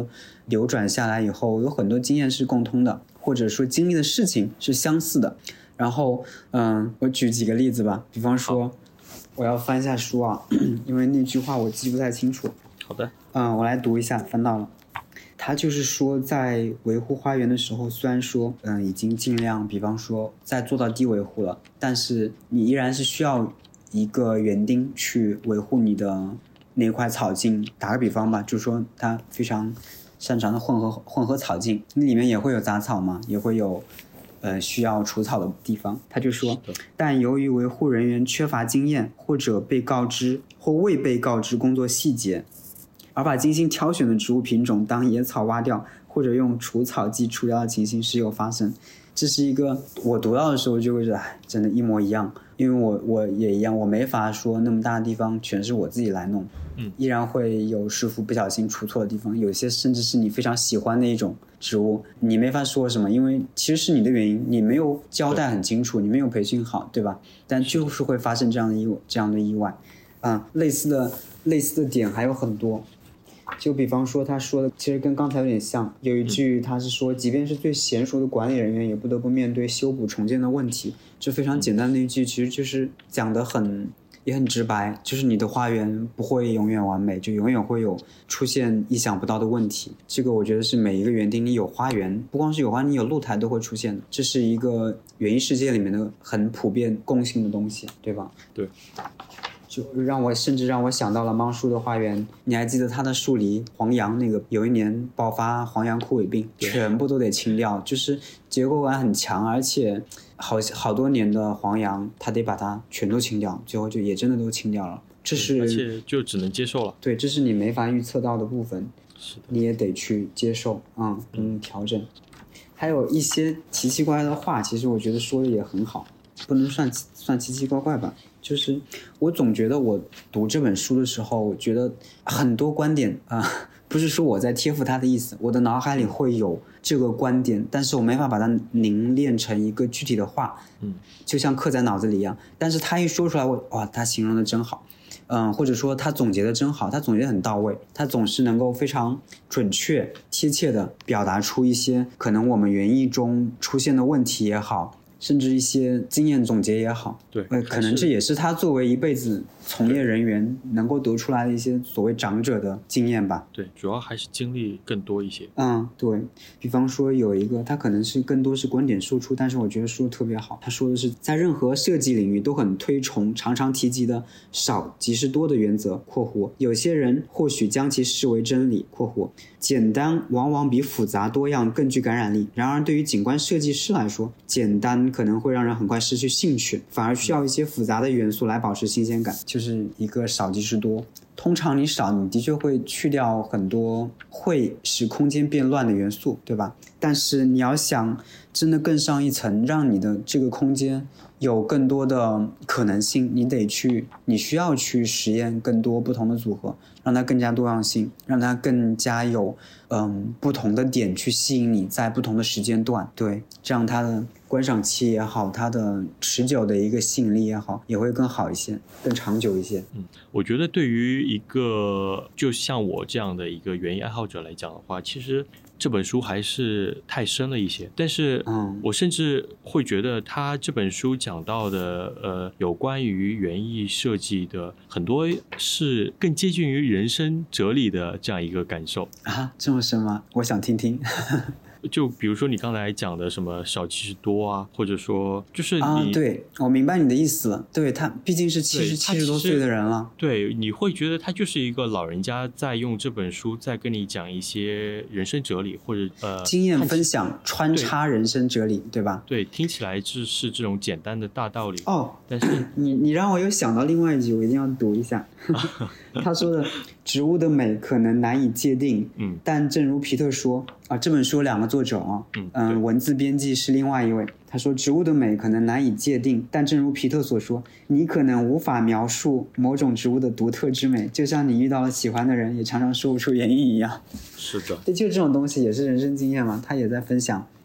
流转下来以后，有很多经验是共通的，或者说经历的事情是相似的。然后我举几个例子吧，比方说我要翻一下书啊，因为那句话我记不太清楚。 好的。 我来读一下，翻到了。他就是说在维护花园的时候，虽然说已经尽量比方说在做到低维护了，但是你依然是需要一个园丁去维护你的那块草茎。打个比方吧，就是说他非常擅长的混合草茎，那里面也会有杂草嘛，也会有需要除草的地方。他就说，但由于维护人员缺乏经验，或者被告知或未被告知工作细节，而把精心挑选的植物品种当野草挖掉，或者用除草剂除掉的情形时有发生。这是一个我读到的时候就会觉得真的一模一样，因为我也一样，我没法说那么大的地方全是我自己来弄，依然会有师傅不小心出错的地方，有些甚至是你非常喜欢的一种植物，你没法说什么，因为其实是你的原因，你没有交代很清楚，你没有培训好，对吧？但就是会发生这样的意外。类似的点还有很多。就比方说他说的其实跟刚才有点像，有一句他是说，即便是最娴熟的管理人员也不得不面对修补重建的问题。这非常简单的一句，其实就是讲得也很直白，就是你的花园不会永远完美，就永远会有出现意想不到的问题。这个我觉得是每一个园丁，你有花园，不光是有花，你有露台都会出现的，这是一个园艺世界里面的很普遍共性的东西，对吧？ 对。 就甚至让我想到了芒叔的花园。你还记得他的树篱黄杨那个有一年爆发黄杨枯萎病，全部都得清掉，就是结构感很强，而且好多年的黄杨他得把它全都清掉，最后就也真的都清掉了。 而且就只能接受了。 对，这是你没法预测到的部分， 是的， 你也得去接受，调整。还有一些奇奇怪怪的话，其实我觉得说的也很好，不能算奇奇怪怪吧。就是我总觉得我读这本书的时候，我觉得很多观点不是说我在贴附他的意思，我的脑海里会有这个观点，但是我没法把它凝练成一个具体的话，就像刻在脑子里一样。但是他一说出来，他形容的真好，或者说他总结的真好，他总结很到位，他总是能够非常准确贴切的表达出一些可能我们园艺中出现的问题也好，甚至一些经验总结也好， 对， 可能这也是他作为一辈子从业人员能够得出来的一些所谓长者的经验吧。 对，主要还是经历更多一些。 对，比方说有一个他可能是更多是观点输出，但是我觉得说的特别好。他说的是，在任何设计领域都很推崇常常提及的少即是多的原则（括弧），有些人或许将其视为真理（括弧）。简单往往比复杂多样更具感染力，然而对于景观设计师来说，简单可能会让人很快失去兴趣，反而需要一些复杂的元素来保持新鲜感，就是一个少即是多。通常你少，你的确会去掉很多会使空间变乱的元素，对吧？但是你要想真的更上一层，让你的这个空间有更多的可能性，你需要去实验更多不同的组合，让它更加多样性，让它更加有不同的点去吸引你在不同的时间段，对，这样它的观赏期也好，它的持久的一个吸引力也好，也会更好一些，更长久一些。 我觉得对于一个就像我这样的一个园艺爱好者来讲的话，其实这本书还是太深了一些，但是我甚至会觉得他这本书讲到的有关于园艺设计的很多是更接近于人生哲理的这样一个感受这么深吗？我想听听。 就比如说你刚才讲的什么少即是多啊，或者说就是你对，我明白你的意思了。对，他毕竟是70多岁的人了， 对，你会觉得他就是一个老人家在用这本书在跟你讲一些人生哲理，或者经验分享穿插人生哲理，对吧？ 对，听起来就是这种简单的大道理但是你让我有想到另外一句，我一定要读一下。他说的植物的美可能难以界定，但正如皮特说这本书有2个作者文字编辑是另外一位。他说植物的美可能难以界定，但正如皮特所说，你可能无法描述某种植物的独特之美，就像你遇到了喜欢的人也常常说不出原因一样。 是的， 对，就这种东西也是人生经验嘛，他也在分享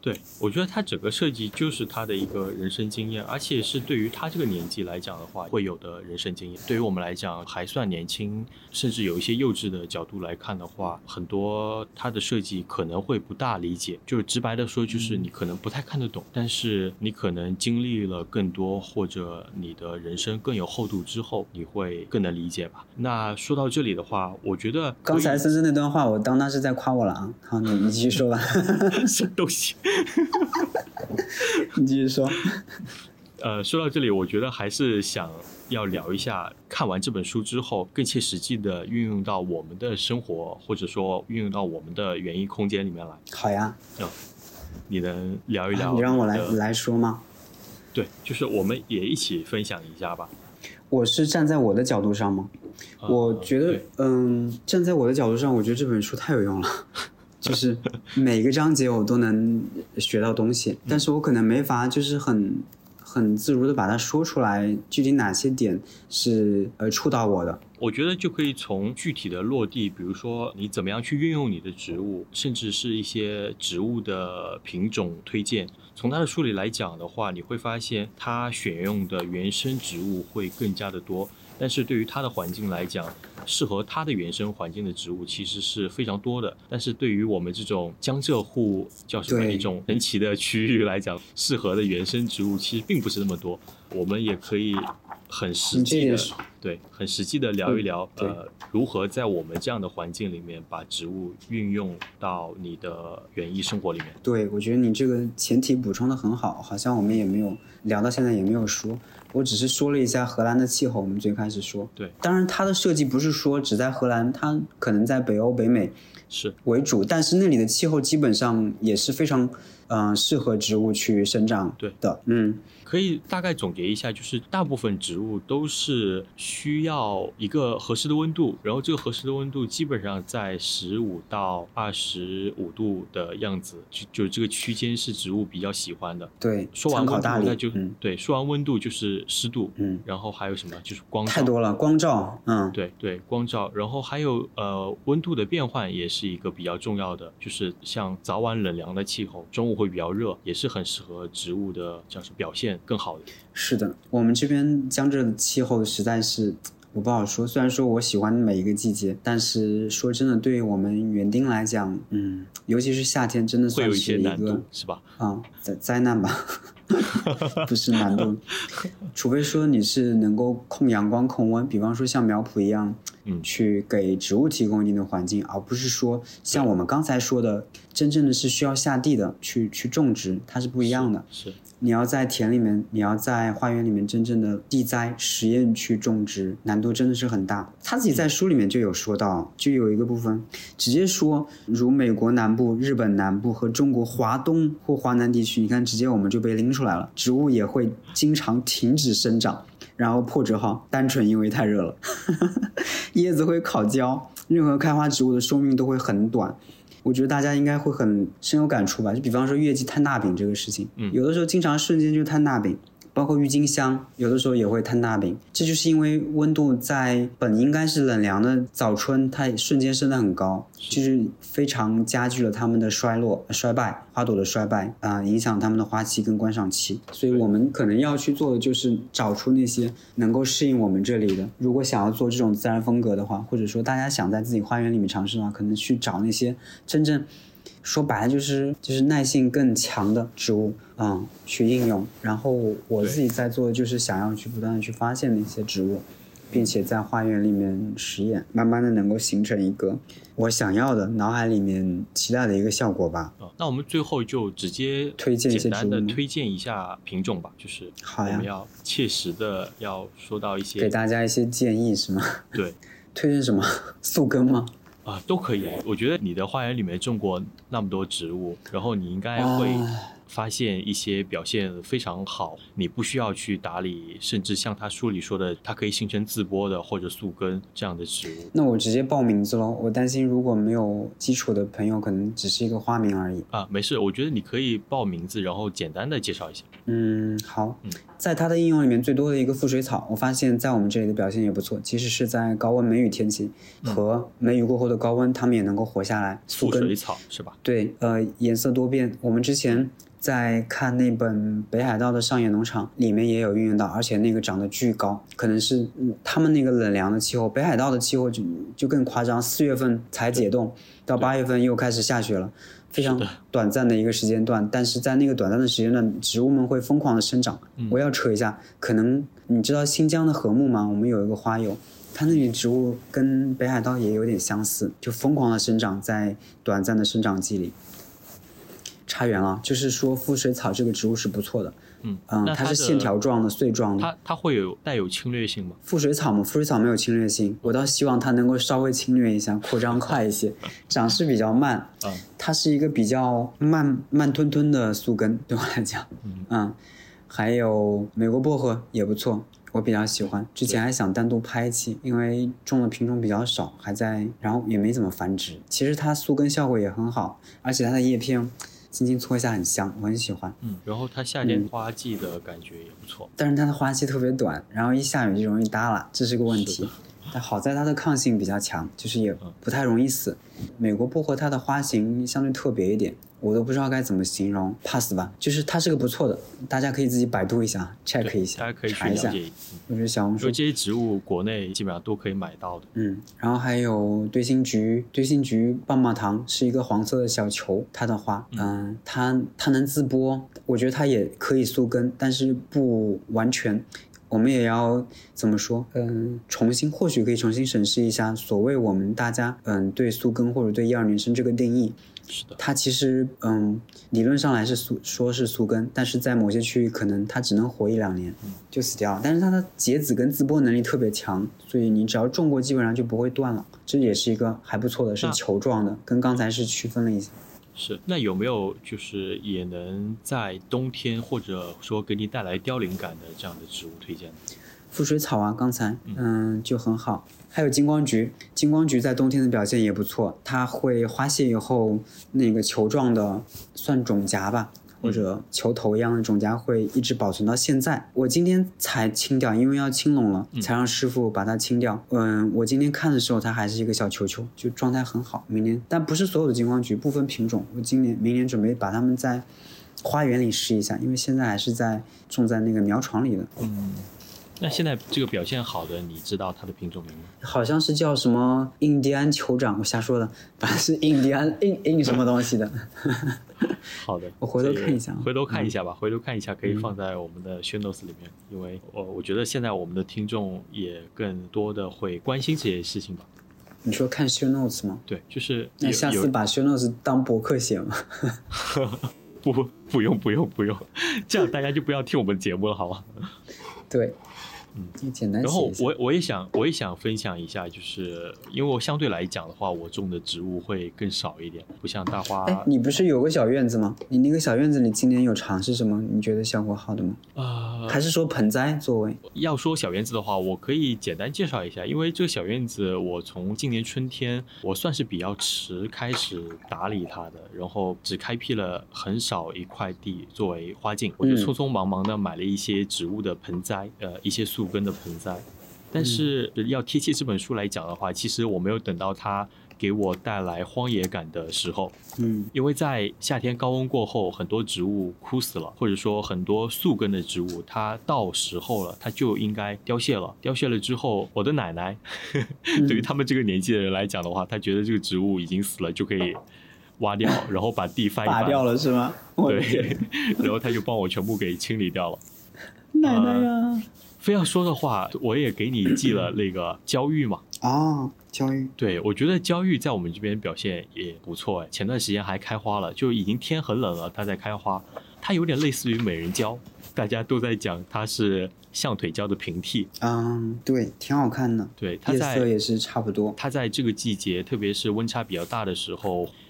对，我觉得它整个设计就是它的一个人生经验，而且是对于他这个年纪来讲的话会有的人生经验。对于我们来讲还算年轻，甚至有一些幼稚的角度来看的话，很多它的设计可能会不大理解，就是直白的说，就是你可能不太看得懂，但是你可能经历了更多，或者你的人生更有厚度之后，你会更能理解吧。那说到这里的话，我觉得刚才森森那段话我当他是在夸我了啊。好，你继续说吧。 什么东西？ 你继续说。 说到这里，我觉得还是想要聊一下，看完这本书之后，更切实际的运用到我们的生活，或者说运用到我们的园艺空间里面来。 好呀。 你能聊一聊？ 你让我来说吗？ 对，就是我们也一起分享一下吧。 我是站在我的角度上吗？我觉得，站在我的角度上，我觉得这本书太有用了。就是每个章节我都能学到东西，但是我可能没法就是很自如的把它说出来，具体哪些点是触到我的。 我觉得就可以从具体的落地，比如说你怎么样去运用你的植物，甚至是一些植物的品种推荐。从他的书里来讲的话，你会发现他选用的原生植物会更加的多，但是对于他的环境来讲，适合他的原生环境的植物其实是非常多的，但是对于我们这种江浙沪叫什么一种神奇的区域来讲，适合的原生植物其实并不是那么多。我们也可以很实际的聊一聊，如何在我们这样的环境里面把植物运用到你的园艺生活里面。 对，我觉得你这个前提补充的很好，好像我们也没有聊到现在也没有说，我只是说了一下荷兰的气候，我们最开始说。 对， 当然它的设计不是说只在荷兰，它可能在北欧、北美是为主，但是那里的气候基本上也是非常适合植物去生长的。 可以大概总结一下，就是大部分植物都是需要一个合适的温度，然后这个合适的温度基本上在15到25度的样子，就这个区间是植物比较喜欢的。 对， 说完温度那就对， 说完温度就是湿度，然后还有什么就是光照， 太多了，光照， 对，光照，然后还有温度的变换也是一个比较重要的，就是像早晚冷凉的气候，中午会比较热，也是很适合植物的叫什么表现更好的。 是的，我们这边江浙的气候实在是我不好说，虽然说我喜欢每一个季节，但是说真的，对于我们园丁来讲，尤其是夏天，真的算是会有一些难度，是吧？ 灾难吧。不是难度，除非说你是能够控阳光控温，比方说像苗圃一样，去给植物提供一定的环境，而不是说像我们刚才说的，真正的是需要下地的去种植，它是不一样的。 是你要在田里面，你要在花园里面真正的地栽实验去种植，难度真的是很大。他自己在书里面就有说到，就有一个部分直接说，如美国南部、日本南部和中国华东或华南地区，你看直接我们就被拎出来了，植物也会经常停止生长，然后破折号，单纯因为太热了，叶子会烤焦，任何开花植物的寿命都会很短。我觉得大家应该会很深有感触吧，就比方说月季摊大饼这个事情，有的时候经常瞬间就摊大饼，包括郁金香有的时候也会摊大饼，这就是因为温度在本应该是冷凉的早春，它瞬间升得很高，就是非常加剧了它们的衰败，花朵的衰败影响它们的花期跟观赏期。所以我们可能要去做的就是找出那些能够适应我们这里的，如果想要做这种自然风格的话，或者说大家想在自己花园里面尝试的话，可能去找那些真正说白了就是耐性更强的植物去应用。然后我自己在做的就是想要去不断的去发现那些植物，并且在花园里面实验，慢慢的能够形成一个我想要的脑海里面期待的一个效果吧。 那我们最后就直接简单的推荐一下品种吧，就是我们要切实的要说到一些给大家一些建议是吗？ 对， 推荐什么？速根吗？ 都可以。我觉得你的花园里面种过那么多植物，然后你应该会发现一些表现非常好，你不需要去打理，甚至像他书里说的，它可以形成自播的或者宿根这样的植物。 那我直接报名字咯，我担心如果没有基础的朋友可能只是一个花名而已。 没事，我觉得你可以报名字，然后简单的介绍一下。 好。在它的应用里面最多的一个覆水草，我发现在我们这里的表现也不错，即使是在高温梅雨天气和梅雨过后的高温，它们也能够活下来。 覆水草是吧？ 对，颜色多变。我们之前在看那本北海道的上野农场里面也有运用到，而且那个长得巨高，可能是他们那个冷凉的气候，北海道的气候就更夸张，4月份才解冻，到8月份又开始下雪了，非常短暂的一个时间段，但是在那个短暂的时间段，植物们会疯狂的生长。我要扯一下，可能你知道新疆的禾木吗？我们有一个花友，它那里植物跟北海道也有点相似，就疯狂的生长在短暂的生长季里。差远了，就是说覆水草这个植物是不错的。它是线条状的、碎状的。 它会带有侵略性吗？ 覆水草嘛，覆水草没有侵略性，我倒希望它能够稍微侵略一下，扩张快一些，长势比较慢。它是一个比较慢吞吞的宿根，对我来讲。还有美国薄荷也不错，我比较喜欢。之前还想单独拍一期，因为种的品种比较少，然后也没怎么繁殖。其实它宿根效果也很好，而且它的叶片轻轻搓一下很香，我很喜欢。 然后它夏天花季的感觉也不错， 但是它的花期特别短，然后一下雨就容易耷拉，这是个问题。但好在它的抗性比较强，就是也不太容易死。美国薄荷它的花型相对特别一点，我都不知道该怎么形容 ，pass 吧。就是它是个不错的，大家可以自己百度一下 check 一下， 大家可以去查一下。我觉得小红书这些植物国内基本上都可以买到的。 然后还有对心菊棒棒糖是一个黄色的小球，它的花，它能自播，我觉得它也可以宿根，但是不完全。我们也要怎么说？或许可以重新审视一下所谓我们大家对宿根或者对1、2年生这个定义。 是的， 它其实理论上来说是宿根，但是在某些区域可能它只能活1、2年就死掉了。但是它的结籽跟自播能力特别强，所以你只要种过基本上就不会断了。这也是一个还不错的，是球状的，跟刚才是区分了一下。 是，那有没有就是也能在冬天或者说给你带来凋零感的这样的植物推荐？ 覆水草啊，刚才就很好。还有金光菊在冬天的表现也不错，它会花谢以后那个球状的算种荚吧，或者球头一样的种荚会一直保存到现在。我今天才清掉，因为要青拢了，才让师傅把它清掉。我今天看的时候它还是一个小球球，就状态很好。明年，但不是所有的金光菊，部分品种，我明年准备把它们在花园里试一下，因为现在还是种在那个苗床里的。 那现在这个表现好的，你知道它的品种名吗？ 好像是叫什么印第安酋长，我瞎说的，反正是印第安印什么东西的。 好的， 我回头看一下， 回头看一下吧，回头看一下可以放在我们的 show notes 里面，因为我觉得现在我们的听众也更多的会关心这些事情吧。 你说看 show notes 吗？ 对，就是那下次把 show notes 当博客写吗？ 不用，这样大家就不要听我们节目了，好吗？ 对。简单写一下。 然后我也想分享一下，就是因为我相对来讲的话，我种的植物会更少一点，不像大花。 你不是有个小院子吗？你那个小院子里今年有尝试什么？你觉得效果好的吗？还是说盆栽作为？ 要说小院子的话，我可以简单介绍一下，因为这个小院子我从今年春天我算是比较迟开始打理它的，然后只开辟了很少一块地作为花径，我就匆匆忙忙的买了一些植物的盆栽，一些宿根的盆栽。但是要贴切这本书来讲的话，其实我没有等到它给我带来荒野感的时候，因为在夏天高温过后，很多植物枯死了，或者说很多宿根的植物，它到时候了，它就应该凋谢了。凋谢了之后，我的奶奶，对于他们这个年纪的人来讲的话，他觉得这个植物已经死了，就可以挖掉，然后把地翻一翻， 拔掉了是吗？ 对，然后他就帮我全部给清理掉了。 奶奶呀！ 非要说的话，我也给你寄了那个焦玉嘛。 焦玉， 对，我觉得焦玉在我们这边表现也不错哎，前段时间还开花了，就已经天很冷了，它在开花，它有点类似于美人蕉，大家都在讲它是象腿蕉的平替。 对，挺好看的。 对， 叶色也是差不多。 它在这个季节，特别是温差比较大的时候，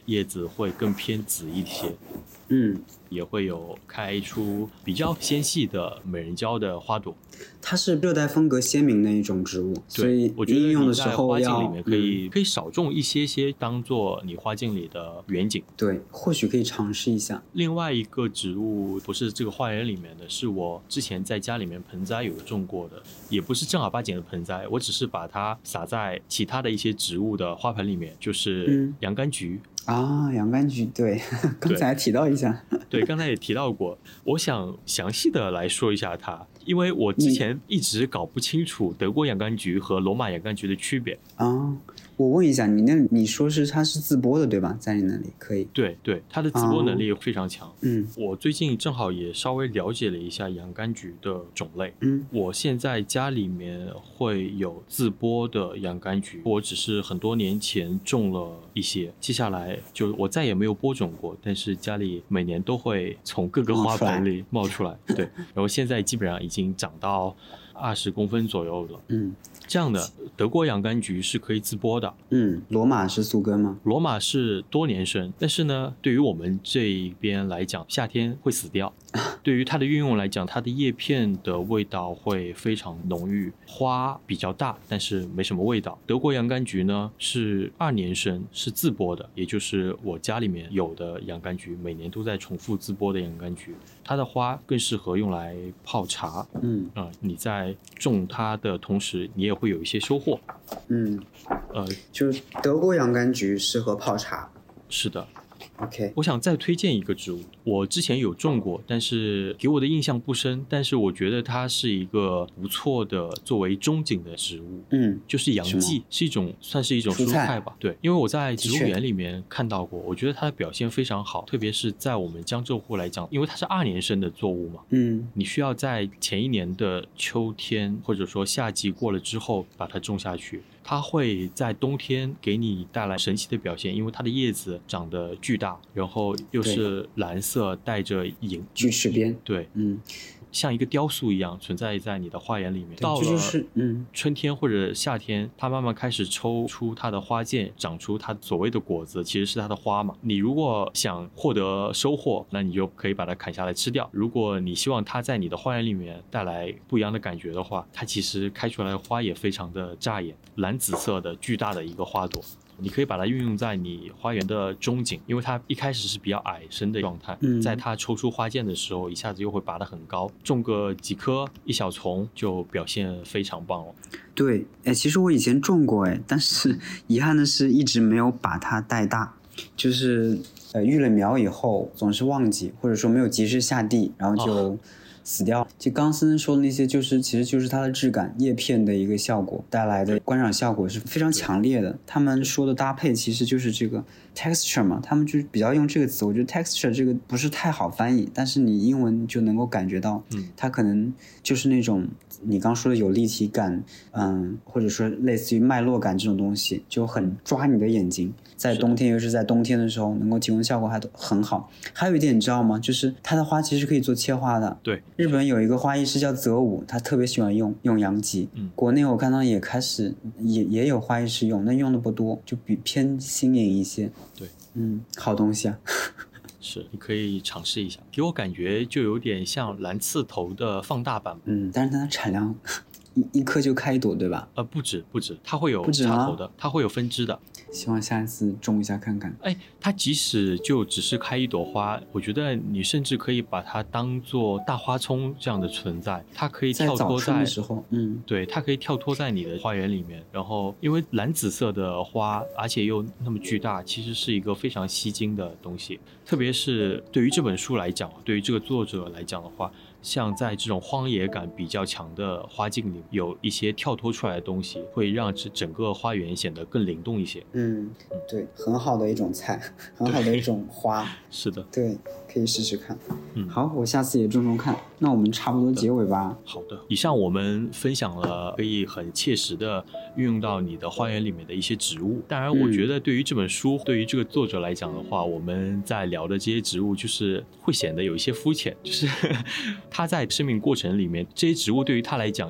叶子会更偏紫一些。也会有开出比较纤细的美人蕉的花朵。 它是热带风格鲜明的一种植物，所以我觉得应用的时候你在花境里面可以少种一些些，当做你花境里的远景。 对，或许可以尝试一下。 另外一个植物不是这个花园里面的，是我之前在家里面盆栽有种过的，也不是正儿八经的盆栽，我只是把它撒在其他的一些植物的花盆里面，就是洋甘菊。 洋甘菊，对，刚才提到一下。 对，刚才也提到过。我想详细的来说一下它，因为我之前一直搞不清楚德国洋甘菊和罗马洋甘菊的区别。 我问一下，你说是它是自播的对吧？在你那里可以？ 对，它的自播能力非常强。我最近正好也稍微了解了一下洋甘菊的种类。我现在家里面会有自播的洋甘菊，我只是很多年前种了一些，接下来就我再也没有播种过，但是家里每年都会从各个花盆里冒出来。对，然后现在基本上已经长到20公分左右了。这样的德国洋甘菊是可以自播的。 罗马是宿根吗？ 罗马是多年生，但是呢，对于我们这一边来讲，夏天会死掉。对于它的运用来讲，它的叶片的味道会非常浓郁，花比较大，但是没什么味道。德国洋甘菊呢是2年生，是自播的，也就是我家里面有的洋甘菊，每年都在重复自播的洋甘菊。它的花更适合用来泡茶。你在种它的同时，你也会有一些收获。 就是德国洋甘菊适合泡茶。 是的。 OK， 我想再推荐一个植物，我之前有种过，但是给我的印象不深，但是我觉得它是一个不错的作为中景的植物。就是洋蓟，算是一种蔬菜吧。对，因为我在植物园里面看到过，我觉得它的表现非常好，特别是在我们江浙沪来讲，因为它是2年生的作物嘛。你需要在前一年的秋天或者说夏季过了之后把它种下去。它会在冬天给你带来神奇的表现，因为它的叶子长得巨大，然后又是蓝色带着锯齿边。 对，像一个雕塑一样存在在你的花园里面。到了春天或者夏天，它慢慢开始抽出它的花剑，长出它所谓的果子，其实是它的花嘛。你如果想获得收获，那你就可以把它砍下来吃掉。如果你希望它在你的花园里面带来不一样的感觉的话，它其实开出来的花也非常的扎眼，蓝紫色的巨大的一个花朵。你可以把它运用在你花园的中景，因为它一开始是比较矮身的状态，在它抽出花剑的时候，一下子又会拔得很高，种个几棵一小丛就表现非常棒了。 对，其实我以前种过，但是遗憾的是一直没有把它带大，就是育了苗以后总是忘记，或者说没有及时下地，然后就死掉。就刚森说的那些，其实就是它的质感、叶片的一个效果带来的观赏效果是非常强烈的。他们说的搭配其实就是这个 texture 嘛，他们就比较用这个词。我觉得 texture 这个不是太好翻译，但是你英文就能够感觉到，它可能就是那种你刚说的有立体感，或者说类似于脉络感这种东西，就很抓你的眼睛。在冬天，尤其是在冬天的时候，能够提供效果还都很好。还有一点你知道吗？就是它的花其实可以做切花的。 对， 日本有一个花艺师叫泽武，他特别喜欢用洋蓟。国内我看到也开始也有花艺师用，但用的不多，就比偏新颖一些。 对， 好东西啊。 是，你可以尝试一下。给我感觉就有点像蓝刺头的放大版。 但是它的产量一颗就开一朵，对吧？ 不止，它会有插头的，它会有分支的。 希望下一次种一下看看。 它即使就只是开一朵花，我觉得你甚至可以把它当做大花葱这样的存在，它可以跳脱在早春的时候， 对，它可以跳脱在你的花园里面。然后因为蓝紫色的花，而且又那么巨大，其实是一个非常吸睛的东西。特别是对于这本书来讲，对于这个作者来讲的话，像在这种荒野感比较强的花境里，有一些跳脱出来的东西，会让整个花园显得更灵动一些。 对，很好的一种菜，很好的一种花。 是的， 对，可以试试看。好，我下次也种种看。那我们差不多结尾吧。 好的，以上我们分享了可以很切实的运用到你的花园里面的一些植物。当然，我觉得对于这本书，对于这个作者来讲的话，我们在聊的这些植物，就是会显得有一些肤浅，就是他在生命过程里面，这些植物对于他来讲就已经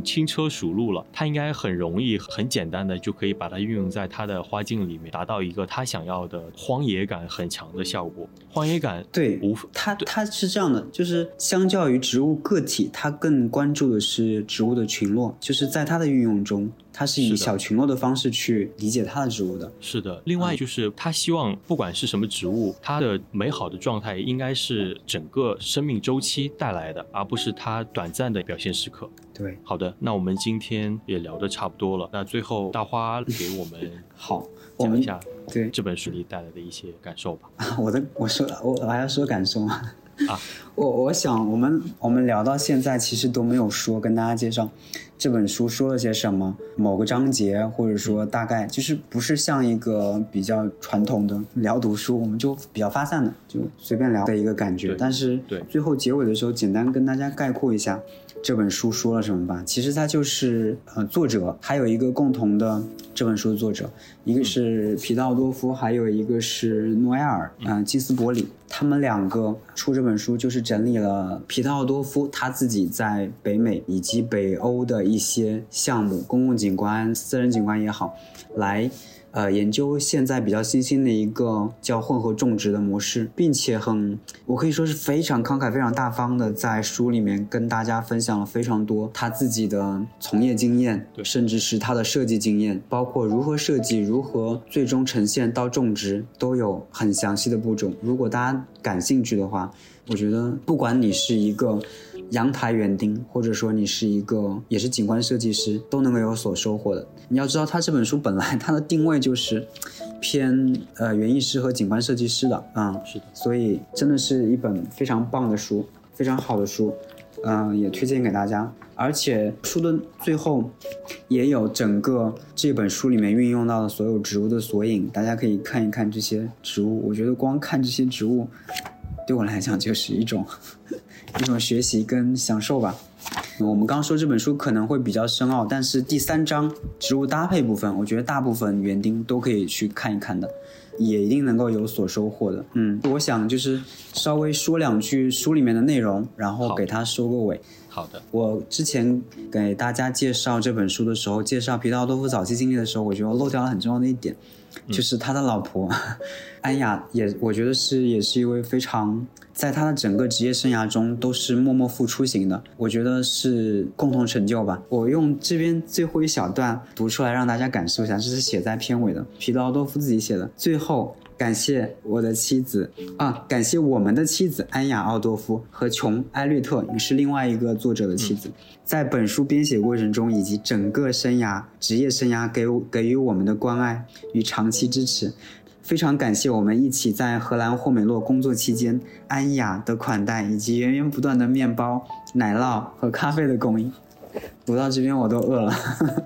轻车熟路了，它应该很容易很简单的就可以把它运用在它的花境里面，达到一个它想要的荒野感很强的效果。荒野感对，它是这样的，就是相较于植物个体，它更关注的是植物的群落，就是在它的运用中，它是以小群落的方式去理解它的植物的。 是的，另外就是他希望不管是什么植物，它的美好的状态应该是整个生命周期带来的，而不是它短暂的表现时刻。 对， 好的，那我们今天也聊得差不多了，那最后大花给我们好讲一下对这本书里带来的一些感受吧。 我还要说感受吗？ 啊， 我想我们聊到现在，其实都没有说跟大家介绍这本书说了些什么，某个章节，或者说大概就是不是像一个比较传统的聊读书，我们就比较发散的就随便聊的一个感觉。但是最后结尾的时候，简单跟大家概括一下这本书说了什么吧。其实它就是作者还有一个共同的这本书的作者，一个是皮道多夫，还有一个是诺埃尔金斯伯里。他们两个出这本书就是整理了皮道多夫他自己在北美以及北欧的一些项目，公共景观、私人景观也好，来研究现在比较新兴的一个叫混合种植的模式，并且我可以说是非常慷慨非常大方的在书里面跟大家分享了非常多他自己的从业经验，甚至是他的设计经验，包括如何设计，如何最终呈现到种植，都有很详细的步骤。如果大家感兴趣的话，我觉得不管你是一个阳台园丁，或者说你是一个也是景观设计师，都能够有所收获的。你要知道他这本书本来它的定位就是偏园艺师和景观设计师的是的， 所以真的是一本非常棒的书，非常好的书，也推荐给大家。而且书的最后也有整个这本书里面运用到的所有植物的索引，大家可以看一看这些植物。我觉得光看这些植物对我来讲就是一种学习跟享受吧。我们刚说这本书可能会比较深奥，但是第3章植物搭配部分，我觉得大部分园丁都可以去看一看的，也一定能够有所收获的。我想就是稍微说2句书里面的内容，然后给它收个尾。 好的，我之前给大家介绍这本书的时候，介绍皮道多夫早期经历的时候，我觉得我漏掉了很重要的一点，就是他的老婆安雅我觉得也是一位非常在他的整个职业生涯中都是默默付出型的，我觉得是共同成就吧。我用这边最后一小段读出来让大家感受一下，这是写在片尾的，皮道多夫自己写的。最后感谢我的妻子感谢我们的妻子安雅奥多夫和琼埃略特，也是另外一个作者的妻子，在本书编写过程中以及整个职业生涯给予我们的关爱与长期支持。非常感谢我们一起在荷兰霍美洛工作期间安雅的款待，以及源源不断的面包、奶酪和咖啡的供应。读到这边我都饿了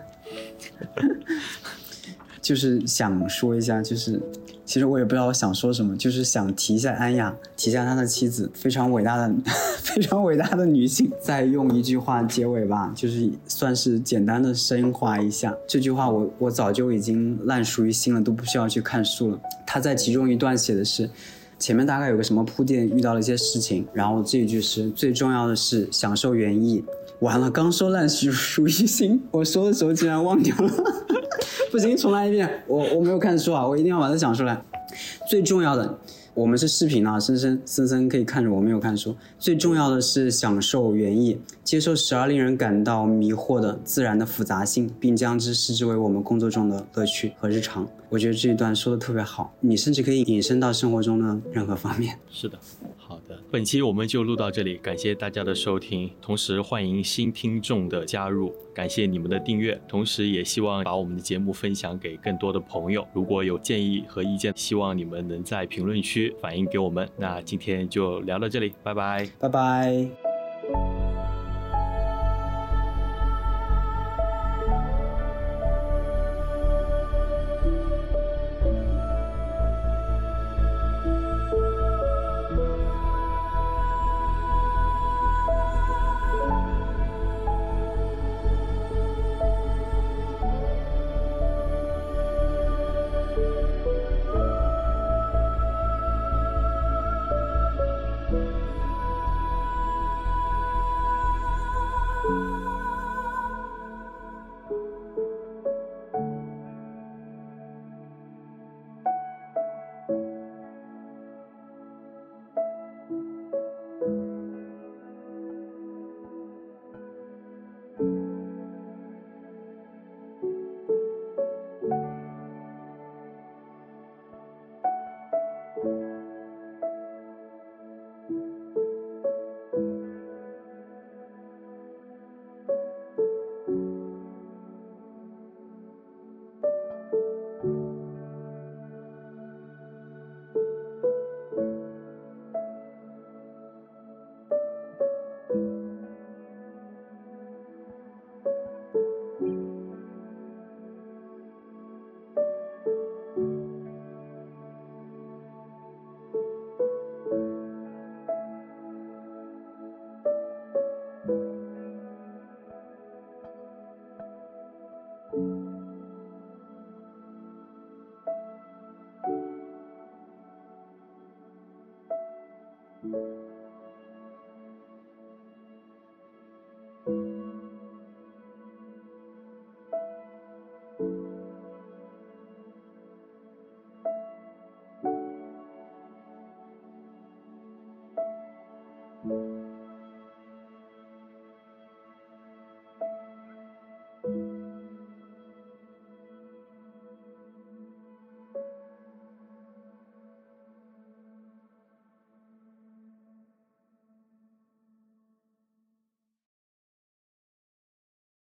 就是想说一下，就是其实我也不知道我想说什么，就是想提一下安雅，提一下他的妻子，非常伟大的女性。再用一句话结尾吧，就是算是简单的升华一下。这句话我早就已经烂熟于心了，都不需要去看书了。他在其中一段写的是，前面大概有个什么铺垫，遇到了一些事情，然后这一句是最重要的是享受园艺。完了，刚说烂熟于心，我说的时候竟然忘掉了不行，重来一遍。我没有看书我一定要把它讲出来。最重要的，我们是视频森可以看着我没有看书。最重要的是享受园艺，接受时而令人感到迷惑的自然的复杂性，并将之视之为我们工作中的乐趣和日常。我觉得这一段说的特别好，你甚至可以引申到生活中的任何方面。 是的，好的，本期我们就录到这里，感谢大家的收听，同时欢迎新听众的加入，感谢你们的订阅，同时也希望把我们的节目分享给更多的朋友。如果有建议和意见，希望你们能在评论区反映给我们。那今天就聊到这里，拜拜， 拜拜。